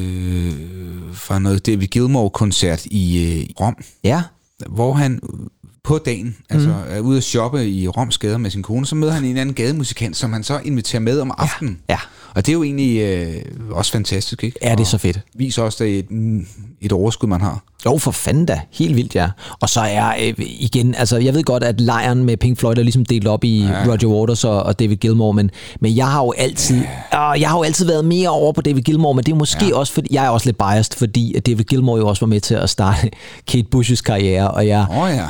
fra noget David Gilmour-koncert i Rom. Ja. Hvor han på dagen er ude at shoppe i Roms gader med sin kone, så møder han en eller anden gademusikant, som han så inviterer med om aftenen. Ja. Og det er jo egentlig også fantastisk, ikke? Ja, det er så fedt. Viser også, at et overskud, man har. Jo, for fanden da. Helt vildt, ja. Og så er igen, altså jeg ved godt, at lejren med Pink Floyd er ligesom delt op i Roger Waters og David Gilmour, men jeg har jo altid været mere over på David Gilmour, men det er måske også, fordi jeg er også lidt biased, fordi David Gilmour jo også var med til at starte Kate Bush's karriere, og jeg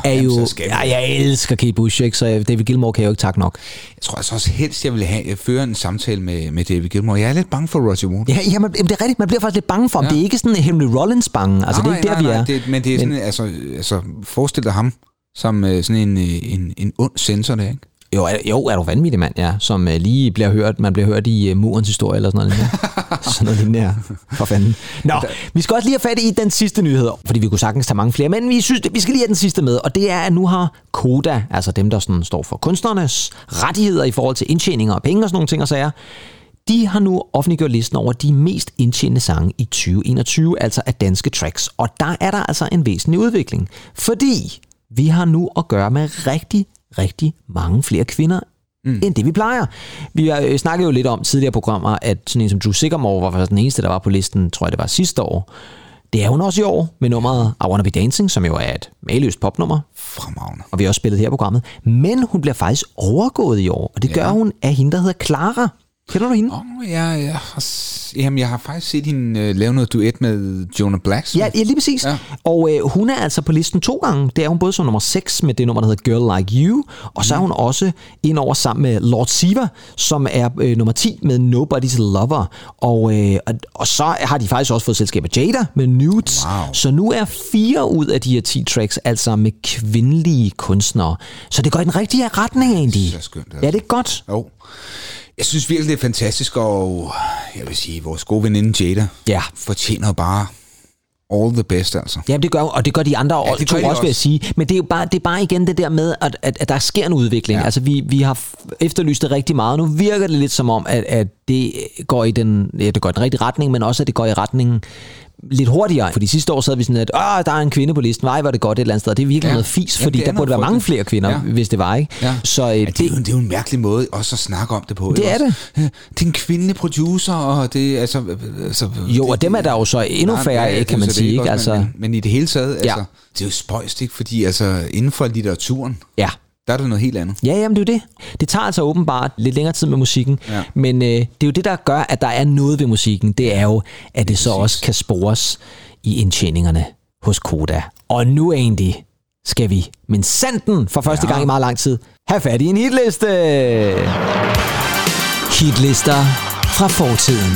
elsker Kate Bush, ikke? Så David Gilmour kan jeg jo ikke takke nok. Jeg tror altså også helst, jeg vil føre en samtale med David Gilmour. Jeg er lidt bange for Roger Waters. Ja, men det er rigtigt. Man bliver faktisk lidt bange for ham. Det er ikke sådan Henry Rollins bange. Altså, det er ikke der, vi er. Men det er sådan, altså forestil dig ham som sådan en ond censor der, ikke? Jo, er du vanvittig, mand, ja. Som lige man bliver hørt i Murens historie eller sådan noget. Sådan noget lignende her. For fanden. Nå, vi skal også lige have fat i den sidste nyhed, fordi vi kunne sagtens tage mange flere, men vi synes, vi skal lige have den sidste med, og det er, at nu har Koda, altså dem, der sådan står for kunstnernes rettigheder i forhold til indtjeninger og penge og sådan nogle ting og sager, de har nu offentliggjort listen over de mest indtjenende sange i 2021, altså af danske tracks. Og der er der altså en væsentlig udvikling, fordi vi har nu at gøre med rigtig mange flere kvinder, end det vi plejer. Vi har snakket jo lidt om tidligere programmer, at sådan en som Drew Sycamore var faktisk den eneste, der var på listen, tror jeg det var sidste år. Det er hun også i år med nummeret I Wanna Be Dancing, som jo er et maløst popnummer. Fremragende. Og vi har også spillet her i programmet. Men hun bliver faktisk overgået i år, og det gør hun af hende, der hedder Clara. Kender du hende? Jeg har faktisk set hende lave noget duet med Jonah Blackson. Ja, lige præcis. Ja. Og hun er altså på listen 2 gange. Det er hun både som nummer 6 med det nummer, der hedder Girl Like You, og så er hun også ind over sammen med Lord Siva, som er nummer 10 med Nobody's Lover. Og så har de faktisk også fået selskab af Jada med Nudes. Wow. Så nu er 4 ud af de her 10 tracks altså med kvindelige kunstnere. Så det går i den rigtige retning egentlig. Det er skønt. Altså. Ja, det er godt. Jo. Jeg synes virkelig, det er fantastisk, og jeg vil sige, vores gode veninde Jada fortjener bare all the best, altså. Ja, det gør, og det gør de andre to også, vil jeg sige. Men det er bare igen det der med, at der sker en udvikling. Ja. Altså, vi har efterlyst det rigtig meget. Nu virker det lidt som om, at det går i den rigtige retning, men også, at det går i retningen lidt hurtigere. For de sidste år sad vi sådan, at der er en kvinde på listen. Nej, var det godt et eller andet sted. Det er virkelig noget fis, fordi der burde være mange flere kvinder, hvis det var, ikke? Ja. Så, det er jo en mærkelig måde også at snakke om det på. Det er det. Det er en kvindelig producer, og det altså jo, og dem er der jo så endnu færre af, kan man sige, ikke? Altså, men i det hele taget, det er jo spøjst, ikke? Fordi altså, inden for litteraturen, der er det noget helt andet. Ja, jamen det er jo det. Det tager altså åbenbart lidt længere tid med musikken, men det er jo det, der gør, at der er noget ved musikken. Det er jo, at det så også kan spores i indtjeningerne hos Koda. Og nu egentlig skal vi, men sanden for første gang i meget lang tid, have fat i en hitliste. Hitlister fra fortiden.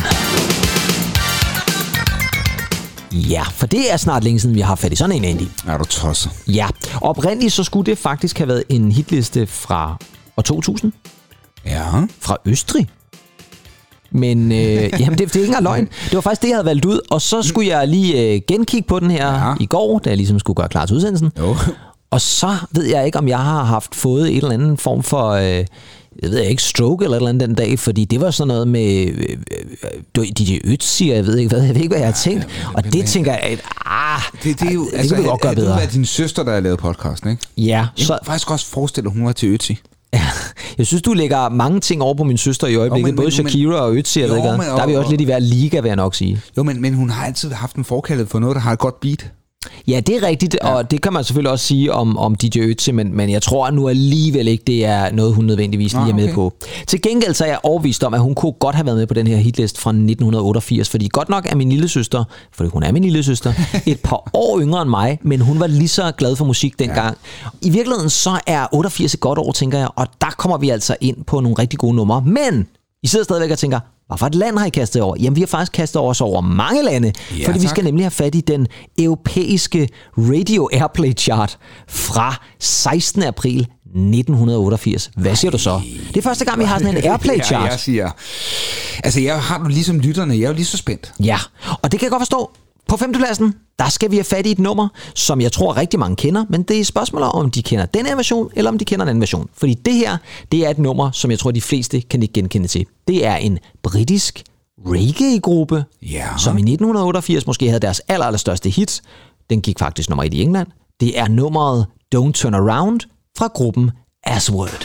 Ja, for det er snart længe siden, vi har fat i sådan en egentlig. Er du tosset? Ja, oprindeligt så skulle det faktisk have været en hitliste fra år 2000. Ja. Fra Østrig. Men jamen, det er ikke engang løgn. Det var faktisk det, jeg havde valgt ud. Og så skulle jeg lige genkigge på den her i går, da jeg ligesom skulle gøre klar til udsendelsen. Jo. Og så ved jeg ikke, om jeg har fået et eller andet form for jeg ved ikke, Stroke eller andet den dag, fordi det var sådan noget med DJ Ötzi, jeg ved ikke, hvad jeg har tænkt. Og det tænker jeg, at det er jo, det kan vi godt gøre bedre. Det er din søster, der har lavet podcasten, ikke? Ja. Jeg kunne faktisk også forestille, at hun var til Ötzi. Ja, jeg synes, du lægger mange ting over på min søster i øjeblikket, både Shakira og Ötzi, jeg ved ikke, der er vi også lidt i hver liga, vil jeg nok sige. Jo, men hun har altid haft en forkærlighed for noget, der har et godt beat. Ja, det er rigtigt, og det kan man selvfølgelig også sige om DJ Ötzi, men jeg tror nu alligevel ikke, det er noget, hun nødvendigvis lige er med på. Til gengæld så er jeg overbevist om, at hun kunne godt have været med på den her hitlist fra 1988, fordi godt nok er min lillesøster, fordi hun er min lillesøster, et par år yngre end mig, men hun var lige så glad for musik dengang. Ja. I virkeligheden så er 88 et godt år, tænker jeg, og der kommer vi altså ind på nogle rigtig gode numre, men I sidder stadigvæk og tænker, hvad for et land har I kastet over? Jamen, vi har faktisk kastet over mange lande, fordi vi skal nemlig have fat i den europæiske Radio Airplay Chart fra 16. april 1988. Hvad siger du så? Det er første gang, vi har sådan en Airplay Chart. Ja, jeg siger... Altså, jeg har nu ligesom lytterne, jeg er jo lige så spændt. Ja, og det kan jeg godt forstå. På 5. pladsen, der skal vi have fat i et nummer, som jeg tror rigtig mange kender, men det er spørgsmålet om de kender den her version, eller om de kender en anden version. Fordi det her, det er et nummer, som jeg tror, de fleste kan ikke genkende til. Det er en britisk reggae-gruppe, som i 1988 måske havde deres allerstørste hit. Den gik faktisk nummer 1 i England. Det er nummeret Don't Turn Around fra gruppen Aswad.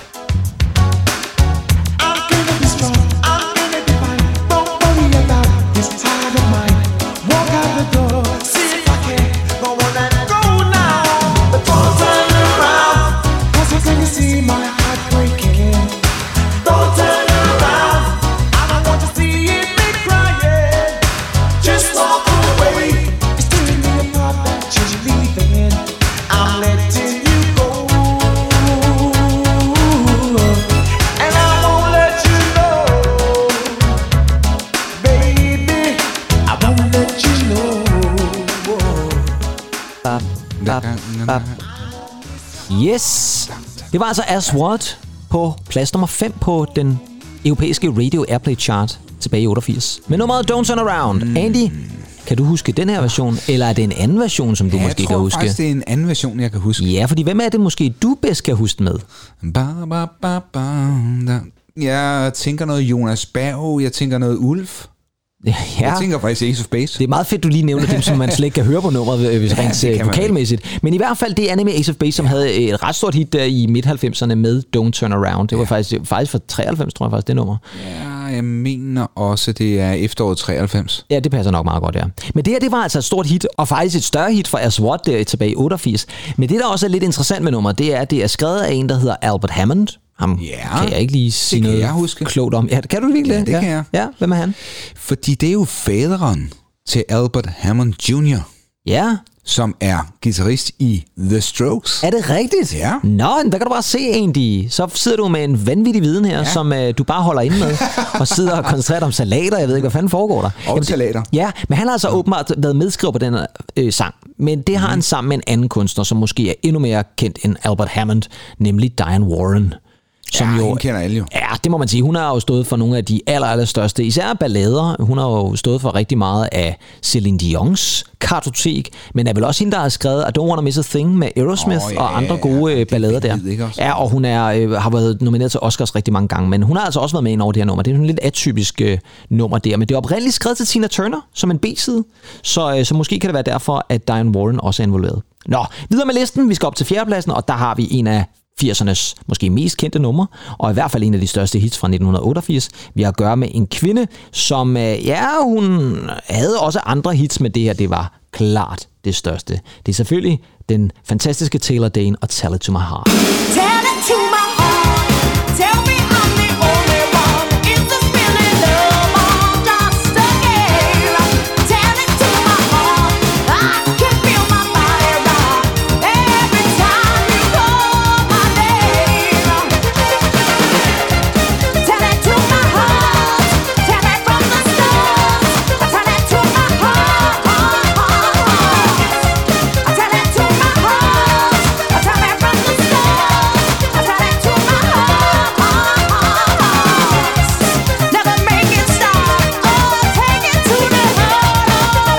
Yes! Det var altså Aswad på plads nummer 5 på den europæiske Radio Airplay Chart tilbage i 88. Med nummeret Don't Turn Around. Andy, kan du huske den her version, eller er det en anden version, som du måske kan huske? Jeg tror faktisk, det er en anden version, jeg kan huske. Ja, fordi hvem er det måske, du bedst kan huske med? Jeg tænker noget Jonas Berg, jeg tænker noget Ulf. Ja. Jeg tænker faktisk Ace of Base. Det er meget fedt, du lige nævner dem, som man slet ikke kan høre på nummeret, hvis rent vokalmæssigt. Men i hvert fald, det er nemlig Ace of Base, som havde et ret stort hit der i midt-90'erne med Don't Turn Around. Det var faktisk fra 93, tror jeg faktisk, det nummer. Ja, jeg mener også, det er efteråret 93. Ja, det passer nok meget godt, ja. Men det her, det var altså et stort hit, og faktisk et større hit for Aswad der tilbage i 88. Men det, der også er lidt interessant med nummeret, det er, at det er skrevet af en, der hedder Albert Hammond. Ham kan jeg ikke lige sige noget klogt om. Ja, kan du virkelig? Ja, det kan jeg. Ja, hvem er han? Fordi det er jo faderen til Albert Hammond Jr., ja, som er guitarist i The Strokes. Er det rigtigt? Ja. Nå, der kan du bare se, Andy. Så sidder du med en vanvittig viden her, som du bare holder inde med, og sidder og koncentrerer dig om salater. Jeg ved ikke, hvad fanden foregår der. Og salater. Ja, men han har altså åbenbart været medskriver på den sang. Men det har han sammen med en anden kunstner, som måske er endnu mere kendt end Albert Hammond, nemlig Diane Warren. Som jo, kender alle jo. Ja, det må man sige. Hun har jo stået for nogle af de allerstørste, især ballader. Hun har jo stået for rigtig meget af Celine Dion's kartotek, men er vel også hende, der har skrevet I Don't Wanna Miss a Thing med Aerosmith og andre gode ballader der. Ja, og hun har været nomineret til Oscars rigtig mange gange, men hun har altså også været med ind over det her nummer. Det er en lidt atypisk nummer der, men det er oprindeligt skrevet til Tina Turner som en B-side, så måske kan det være derfor, at Diane Warren også er involveret. Nå, videre med listen. Vi skal op til 4. pladsen, og der har vi en af 80'ernes måske mest kendte nummer, og i hvert fald en af de største hits fra 1988. Vi har at gøre med en kvinde, som, hun havde også andre hits, men det her, det var klart det største. Det er selvfølgelig den fantastiske Taylor Dayne og Tell It To My Heart. Tell it to my heart. Tell me I'm the only one. It's a spinning love all just a game. Tell it to my heart. I can feel my body rock every time you call my name. Tell it to my heart. Tell it from the start. Tell it to my heart. Tell it to my heart. Tell it from the start. Tell it to my heart. Never make it stop. Oh, take it to the heart.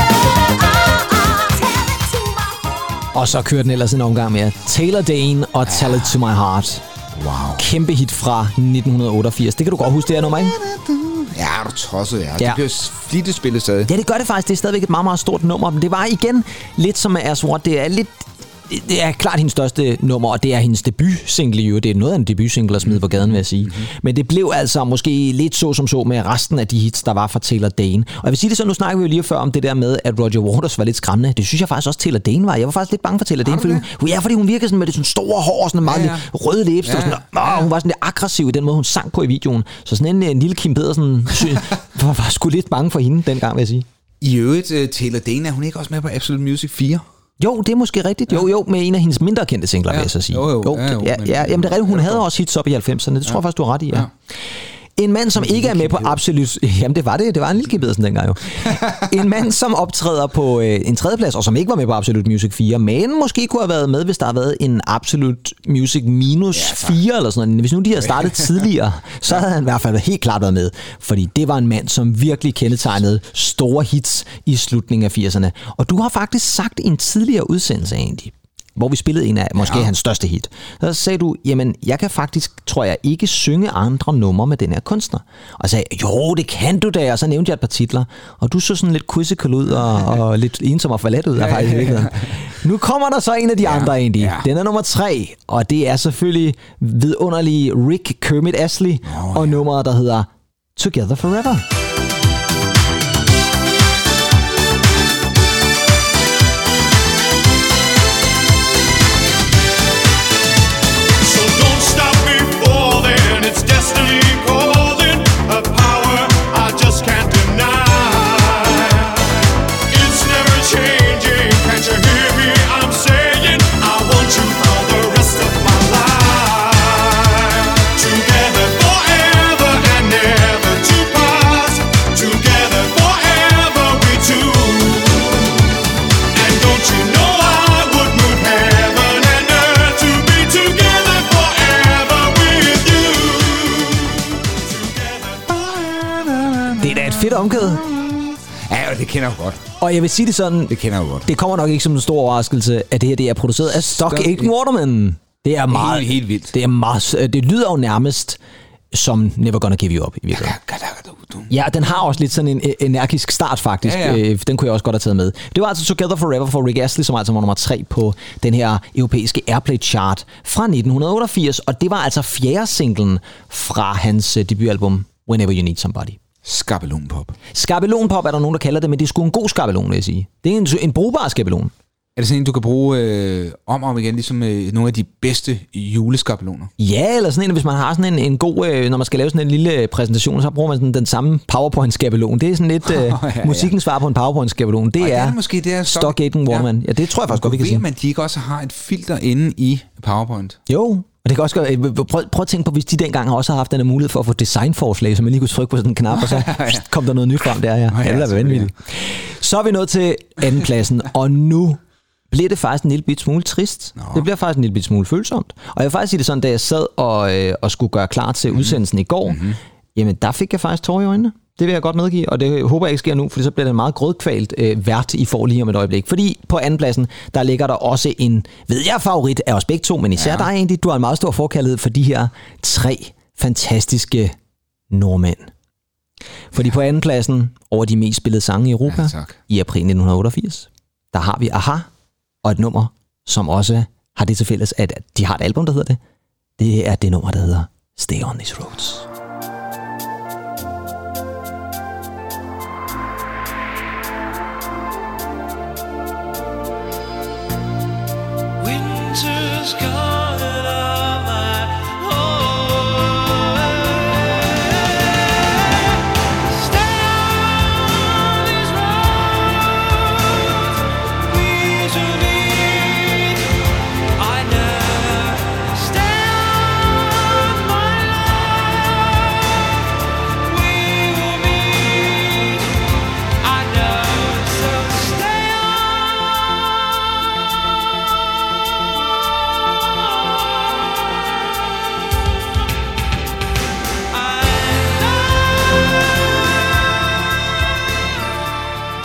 Tell it to my heart. Og så kører den ellers en omgang mere. Taylor Dayne og Tell It To My Heart. Wow. Kæmpe hit fra 1988. Det kan du godt huske, det her nummer, ikke? Ja, du tosset, ja. Ja. Det bliver flittigt spillet stadig. Ja, det gør det faktisk. Det er stadigvæk et meget, meget stort nummer. Men det var igen lidt som As What. Det er klart hendes største nummer, og det er hendes debutsingle jo. Det er noget af en debutsingle at smide på gaden, vil jeg sige. Men det blev altså måske lidt så med resten af de hits, der var fra Taylor Dayne. Og jeg vil sige det så, nu snakker vi jo lige før om det der med, at Roger Waters var lidt skræmmende. Det synes jeg faktisk også, Taylor Dayne var. Jeg var faktisk lidt bange for Taylor Dayne, fordi hun virkede sådan med det sådan store hår, og sådan meget lidt røde læbs, og sådan, hun var sådan lidt aggressiv i den måde, hun sang på i videoen. Så sådan en lille Kim Pedersen var sgu lidt bange for hende dengang, vil jeg sige. I øvrigt, Taylor Dayne, er hun ikke også med på Absolute Music 4? Jo, det er måske rigtigt. Jo, med en af hendes mindre kendte singler, vil jeg så sige. Jo. Jamen, det er rigtigt. Hun havde også hits op i 90'erne. Det tror jeg faktisk, du har ret i, ja. En mand, som ikke er med på Absolut... Jamen, det var det. Det var en lille Kim Pedersen dengang jo. En mand, som optræder på en tredjeplads, og som ikke var med på Absolute Music 4, men måske kunne have været med, hvis der havde været en Absolute Music minus 4 eller sådan noget. Hvis nu de havde startet tidligere, så havde han i hvert fald helt klart været med. Fordi det var en mand, som virkelig kendetegnede store hits i slutningen af 80'erne. Og du har faktisk sagt i en tidligere udsendelse egentlig, hvor vi spillede en af måske hans største hit. Så sagde du, jamen, jeg kan faktisk, tror jeg, ikke synge andre numre med den her kunstner. Og jeg sagde, jo, det kan du da, og så nævnte jeg et par titler. Og du så sådan lidt quizzical ud, og lidt ensom og forladt ud, faktisk i virkeligheden. Nu kommer der så en af de andre egentlig. Ja. Den er nummer 3, og det er selvfølgelig vidunderlige Rick Kermit Astley, og nummeret, der hedder Together Forever. Fedt omkød. Ja, det kender jeg godt. Og jeg vil sige det sådan, det kender jeg godt. Det kommer nok ikke som en stor overraskelse, at det her det er produceret af Stock Aitken Waterman. Det er meget helt vildt. Det er meget. Det lyder jo nærmest som Never Gonna Give You Up i virkeligheden. Ja, den har også lidt sådan en energisk start faktisk. Ja. Den kunne jeg også godt have taget med. Det var altså Together Forever for Rick Astley, som altså var nummer 3 på den her europæiske Airplay chart fra 1988, og det var altså 4. singlen fra hans debutalbum Whenever You Need Somebody. Skabelonpop. Skabelonpop er der nogen, der kalder det, men det er sgu en god skabelon, vil jeg sige. Det er en brugbar skabelon. Er det sådan en, du kan bruge om og om igen, ligesom nogle af de bedste juleskabeloner? Ja, eller sådan en, hvis man har sådan en god, når man skal lave sådan en lille præsentation, så bruger man sådan den samme PowerPoint-skabelon. Det er sådan lidt musikkens svar på en PowerPoint-skabelon. Det er Stock Aitken Waterman. Ja, det tror jeg faktisk godt, vi kan sige. Men de ikke også har et filter inde i PowerPoint? Jo. Og det kan også gøre, prøv at tænke på, hvis de dengang også har haft den mulighed for at få designforslag, så man lige kunne trykke på sådan en knap, og så kom der noget nyt frem der. Ja. Det ville være vanvittigt. Så er vi nået til andenpladsen, og nu bliver det faktisk en lille bit smule trist. Det bliver faktisk en lille bit smule følsomt. Og jeg vil faktisk sige det sådan, da jeg sad og skulle gøre klar til udsendelsen i går, jamen der fik jeg faktisk tårer i øjnene. Det vil jeg godt medgive, og det håber jeg ikke sker nu, for så bliver det en meget grødkvalt vært, I får lige om et øjeblik. Fordi på andenpladsen, der ligger der også en, ved jeg, favorit af os begge to, men især dig egentlig, du har en meget stor forkærlighed for de her 3 fantastiske nordmænd. Fordi på andenpladsen, over de mest spillede sange i Europa, i april 1988, der har vi Aha, og et nummer, som også har det til fælles, at de har et album, der hedder det. Det er det nummer, der hedder Stay on These Roads.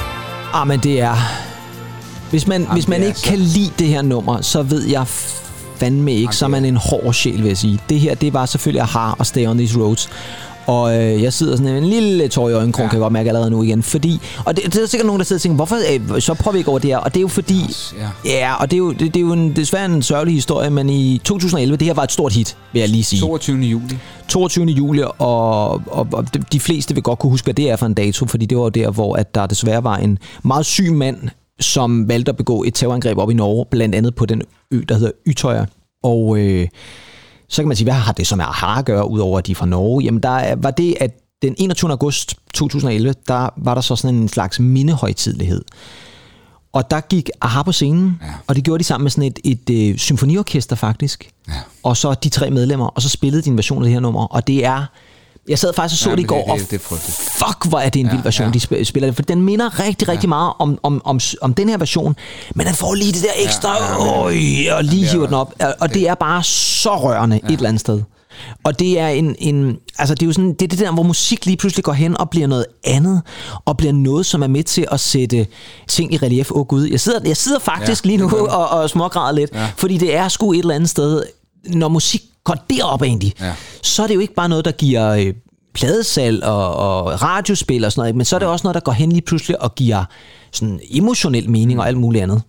Men det er... Hvis man ikke kan lide det her nummer, så ved jeg fandme ikke. Så er man en hård sjæl, vil jeg sige. Det her, det var selvfølgelig Aha og Stay on These Roads. Og jeg sidder sådan en lille tår i øjenkrogen, kan jeg godt mærke allerede nu igen. Fordi, og det er sikkert nogen, der sidder og tænker, hvorfor så prøver vi ikke over det her? Og det er jo fordi, og det er jo desværre en sørgelig historie, men i 2011, det her var et stort hit, vil jeg lige sige. 22. juli, og de fleste vil godt kunne huske, hvad det er for en dato, fordi det var der, hvor at der desværre var en meget syg mand, som valgte at begå et terrorangreb op i Norge, blandt andet på den ø, der hedder Utøya. Og så kan man sige, hvad har det så med Aha at gøre, udover at de er fra Norge? Jamen, der var det, at den 21. august 2011, der var der så sådan en slags mindehøjtidelighed. Og der gik Aha på scenen, og det gjorde de sammen med sådan et symfoniorkester faktisk. Ja. Og så de 3 medlemmer, og så spillede de en version af det her nummer, og det er... Jeg sad faktisk og så det i går, og fuck, hvor er det en vild version, de spiller det. For den minder rigtig meget om den her version, men den får lige det der ekstra, og lige hiver den op. Og det er bare så rørende et eller andet sted. Og det er altså det er jo sådan, det er det der, hvor musik lige pludselig går hen og bliver noget andet, og bliver noget, som er med til at sætte ting i relief. Gud, jeg sidder faktisk lige nu og smågræder lidt, fordi det er sgu et eller andet sted, når musik går derop egentlig, så er det jo ikke bare noget, der giver pladesalg og radiospil og sådan noget, men så er det også noget, der går hen lige pludselig og giver sådan emotionel mening og alt muligt andet.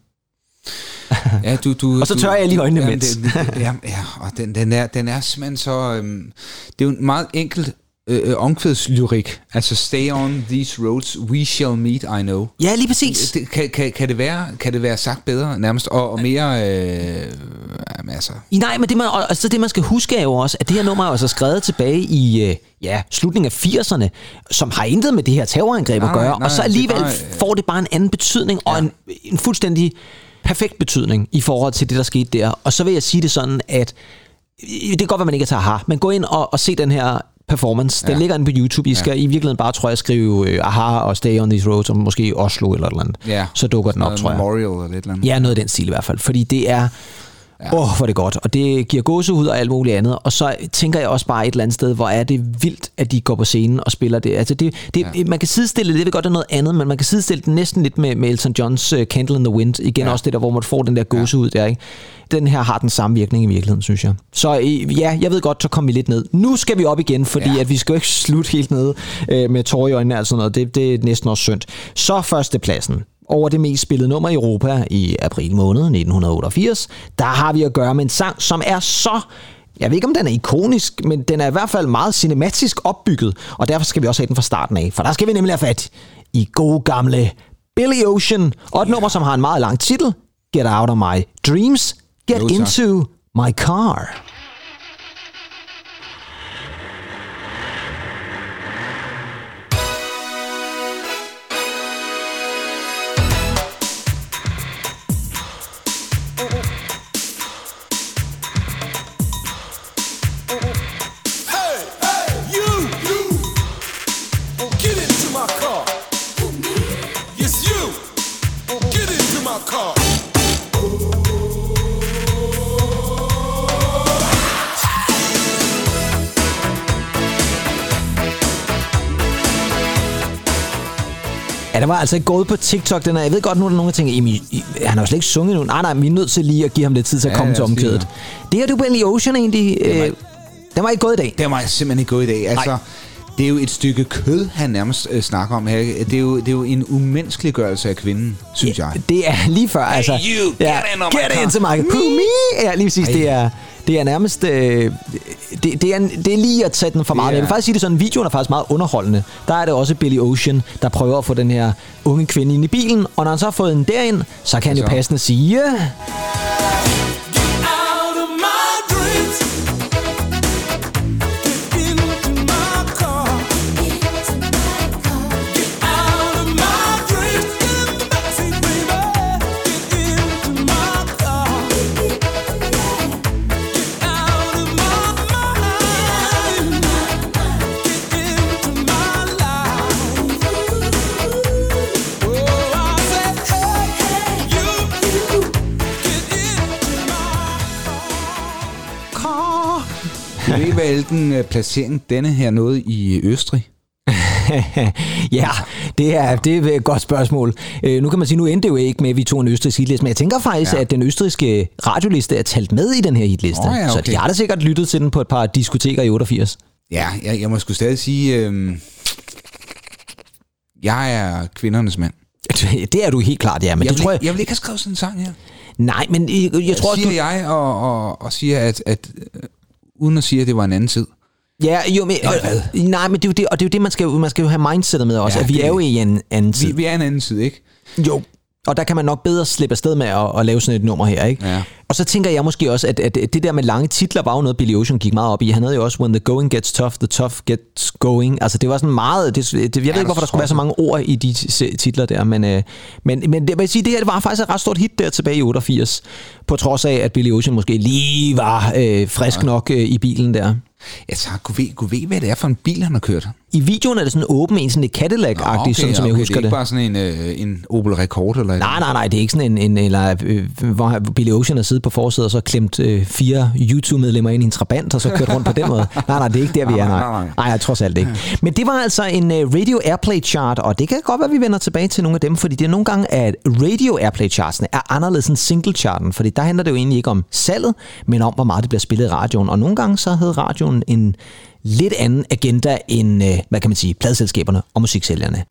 Ja, og så tør jeg lige øjnene mens. Og den er simpelthen så... det er jo en meget enkelt omkvædslyrik. Altså, stay on these roads, we shall meet, I know. Ja, lige præcis. Kan det være sagt bedre nærmest, og mere... altså. Nej, men det man skal huske er jo også, at det her nummer er altså skrevet tilbage i slutningen af 80'erne, som har intet med det her terrorangreb at gøre, og så alligevel får det bare en anden betydning, og en fuldstændig perfekt betydning i forhold til det, der skete der. Og så vil jeg sige det sådan, at det kan godt være, man ikke er til Aha, men gå ind og se den her performance. Den ligger inde på YouTube. I skal i virkeligheden bare, tror jeg, skrive Aha og Stay on These Roads, og måske Oslo eller et eller andet. Ja. Så dukker den op, tror jeg. Memorial eller et eller andet. Ja, noget af den stil i hvert fald. Fordi det er... hvor er det godt. Og det giver gåsehud og alt muligt andet. Og så tænker jeg også bare et eller andet sted, hvor er det vildt, at de går på scenen og spiller det. Altså man kan sidestille det ved godt, det er noget andet, men man kan sidestille det næsten lidt med Elton Johns Candle in the Wind. Igen også det der, hvor man får den der gåsehud der, ikke? Den her har den samme virkning i virkeligheden, synes jeg. Så jeg ved godt, så kommer vi lidt ned. Nu skal vi op igen, fordi at vi skal jo ikke slutte helt nede med tårer i øjnene og sådan noget. Det er næsten også synd. Så førstepladsen. Over det mest spillede nummer i Europa i april måned 1988, der har vi at gøre med en sang, som er så... Jeg ved ikke, om den er ikonisk, men den er i hvert fald meget cinematisk opbygget, og derfor skal vi også have den fra starten af, for der skal vi nemlig have fat i gode gamle Billy Ocean, og et nummer, som har en meget lang titel, Get Out of My Dreams, Get Into My Car. Den var altså ikke gået på TikTok, den er. Jeg ved godt, nu er der nogle ting, han har jo slet ikke sunget nu. Nej, vi er nødt til lige at give ham lidt tid til at komme til omkvædet. Det her, du Billy Ocean egentlig, den var ikke gået i dag. Den var simpelthen ikke gået i dag. Altså, det er jo et stykke kød, han nærmest snakker om her. Det er jo en umenneskeliggørelse af kvinden, synes jeg. Det er lige før, altså. Hey you, get into my car. Ja, lige præcis, det er nærmest... Det er lige at sætte den for meget. Yeah. Jeg vil faktisk sige det sådan, videoen er faktisk meget underholdende. Der er det også Billy Ocean, der prøver at få den her unge kvinde ind i bilen, og når han så har fået den derind, så kan han jo passende sige... Hvilken placering denne her nåede i Østrig? Ja, Det er et godt spørgsmål. Nu kan man sige, nu endte det jo ikke med, at vi tog en østrigsk hitliste, men jeg tænker faktisk, at den østrigske radioliste er talt med i den her hitliste. Okay. Så de har da sikkert lyttet til den på et par diskoteker i 88. Ja, jeg må sgu stadig sige, jeg er kvindernes mand. Det er du helt klart, ja. Men jeg vil ikke have skrevet sådan en sang her. Nej, men jeg tror også... Siger jeg, og siger, at uden at sige, at det var en anden tid. Ja, jo, men... nej, men det er jo det, og det er jo det, man skal jo have mindsetet med også, at vi er jo i en anden tid. Vi er en anden tid, ikke? Jo, og der kan man nok bedre slippe afsted med at lave sådan et nummer her, ikke? Ja. Og så tænker jeg måske også, at det der med lange titler var jo noget, Billy Ocean gik meget op i. Han havde jo også When the Going Gets Tough, the Tough Gets Going. Altså det var sådan meget... jeg ved ikke, hvorfor der skulle være så mange ord i de titler der, men det vil sige, det her var faktisk et ret stort hit der tilbage i 88, på trods af, at Billy Ocean måske lige var frisk nok i bilen der. Ja, så kunne ved, hvad det er for en bil, han har kørt? I videoen er det sådan åben en, sådan et Cadillac-agtigt, sådan som jeg husker det. Det er ikke bare sådan en Opel Rekord eller Nej, det er ikke sådan hvor Billy Ocean har siddet på forsædet og så klemt 4 YouTube-medlemmer ind i en trabant og så kørt rundt på den måde. Nej, det er ikke der, vi er. Nej, trods alt ikke. Men det var altså en Radio Airplay chart, og det kan godt være, at vi vender tilbage til nogle af dem, fordi det er nogle gange, at Radio Airplay chartsene er anderledes end single charten, fordi der handler det jo egentlig ikke om salget, men om, hvor meget det bliver spillet i radioen. Og nogle gange så havde radioen en lidt anden agenda end, hvad kan man sige, pladeselskaberne og musiksælgerne.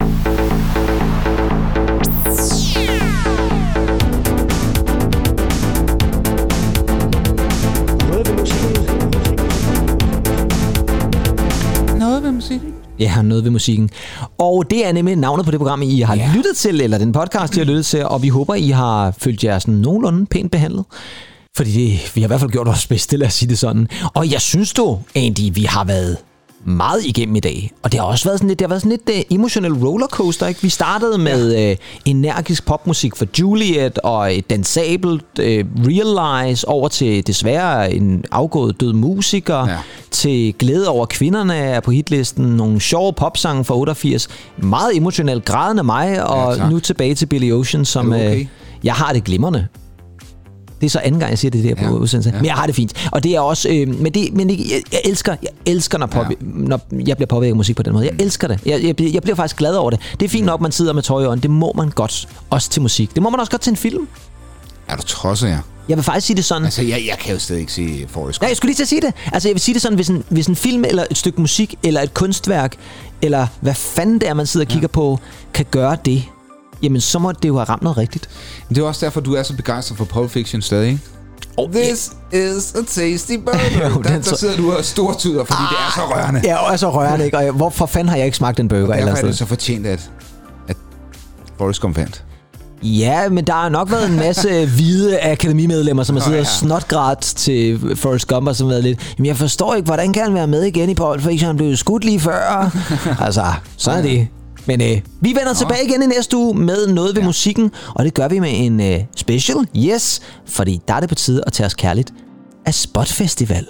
Noget ved musikken. Ja, noget ved musikken. Og det er nemlig navnet på det program, I har lyttet til, eller den podcast, I har lyttet til, og vi håber, I har følt jer sådan nogenlunde pænt behandlet. Fordi vi har i hvert fald gjort vores bedste, lad os sige det sådan. Og jeg synes du egentlig, vi har været meget igennem i dag. Og det har også været sådan lidt, emotional rollercoaster, ikke? Vi startede med energisk popmusik for Juliet og et dansabelt Realize over til desværre en afgået død musiker, til glæde over kvinderne er på hitlisten, nogle sjove popsange fra 88, meget emotionelt grædende mig, og nu tilbage til Billy Ocean, som jeg har det glimrende. Det er så anden gang, jeg siger det der på udsendelsen. Men jeg har det fint. Og det er også... men jeg elsker når jeg bliver påvirket af musik på den måde. Jeg elsker det. Jeg bliver faktisk glad over det. Det er fint nok, man sidder med tøj i øjnene. Det må man godt. Også til musik. Det må man også godt til en film. Er du trodser, ja? Jeg vil faktisk sige det sådan... Altså, jeg kan jo stadig ikke sige Forrest Gump. Nej, jeg skulle lige til at sige det. Altså, jeg vil sige det sådan, hvis en film, eller et stykke musik, eller et kunstværk, eller hvad fanden det er, man sidder og kigger på, kan gøre det, jamen så må det jo have ramt noget rigtigt. Det er også derfor, du er så begejstret for Pulp Fiction stadig, ikke? This is a tasty burger. Der sidder du og stortyder, fordi det er så rørende. Ja, og er så rørende, ikke? Og hvorfor fanden har jeg ikke smagt den burger? Og derfor er det så fortjent, at Forrest Gump vandt. Ja, men der har nok været en masse hvide akademimedlemmer, som har siddet og snotgrædt til Forrest Gump og som har været lidt, jamen jeg forstår ikke, hvordan kan han være med igen i Pulp Fiction? Han blev skudt lige før. Altså, sådan er det. Men vi vender tilbage igen i næste uge med noget ved musikken, og det gør vi med en special, fordi der er det på tide at tage os kærligt af Spot Festival.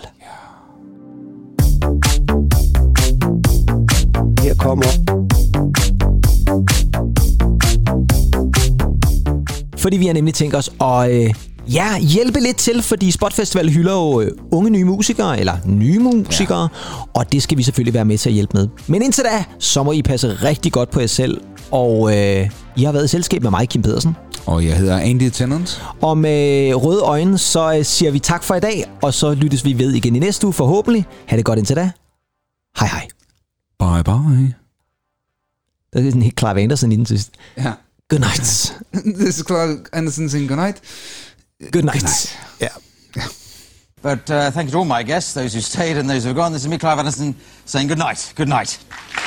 Her kommer fordi vi har nemlig tænkt os at hjælpe lidt til, fordi Spot Festival hylder jo unge nye musikere, eller nye musikere, og det skal vi selvfølgelig være med til at hjælpe med. Men indtil da, så må I passe rigtig godt på jer selv, og I har været i selskab med mig, Kim Pedersen. Og jeg hedder Andy Tennant. Og med røde øjne, så siger vi tak for i dag, og så lyttes vi ved igen i næste uge, forhåbentlig. Ha' det godt indtil da. Hej hej. Bye bye. Der er sådan helt Clive Anderson i den sidste. Ja. Good night. This is Clive Anderson saying good night. Good night. Yeah. But thank you to all my guests, those who stayed and those who have gone. This is me, Clive Anderson, saying good night. Good night.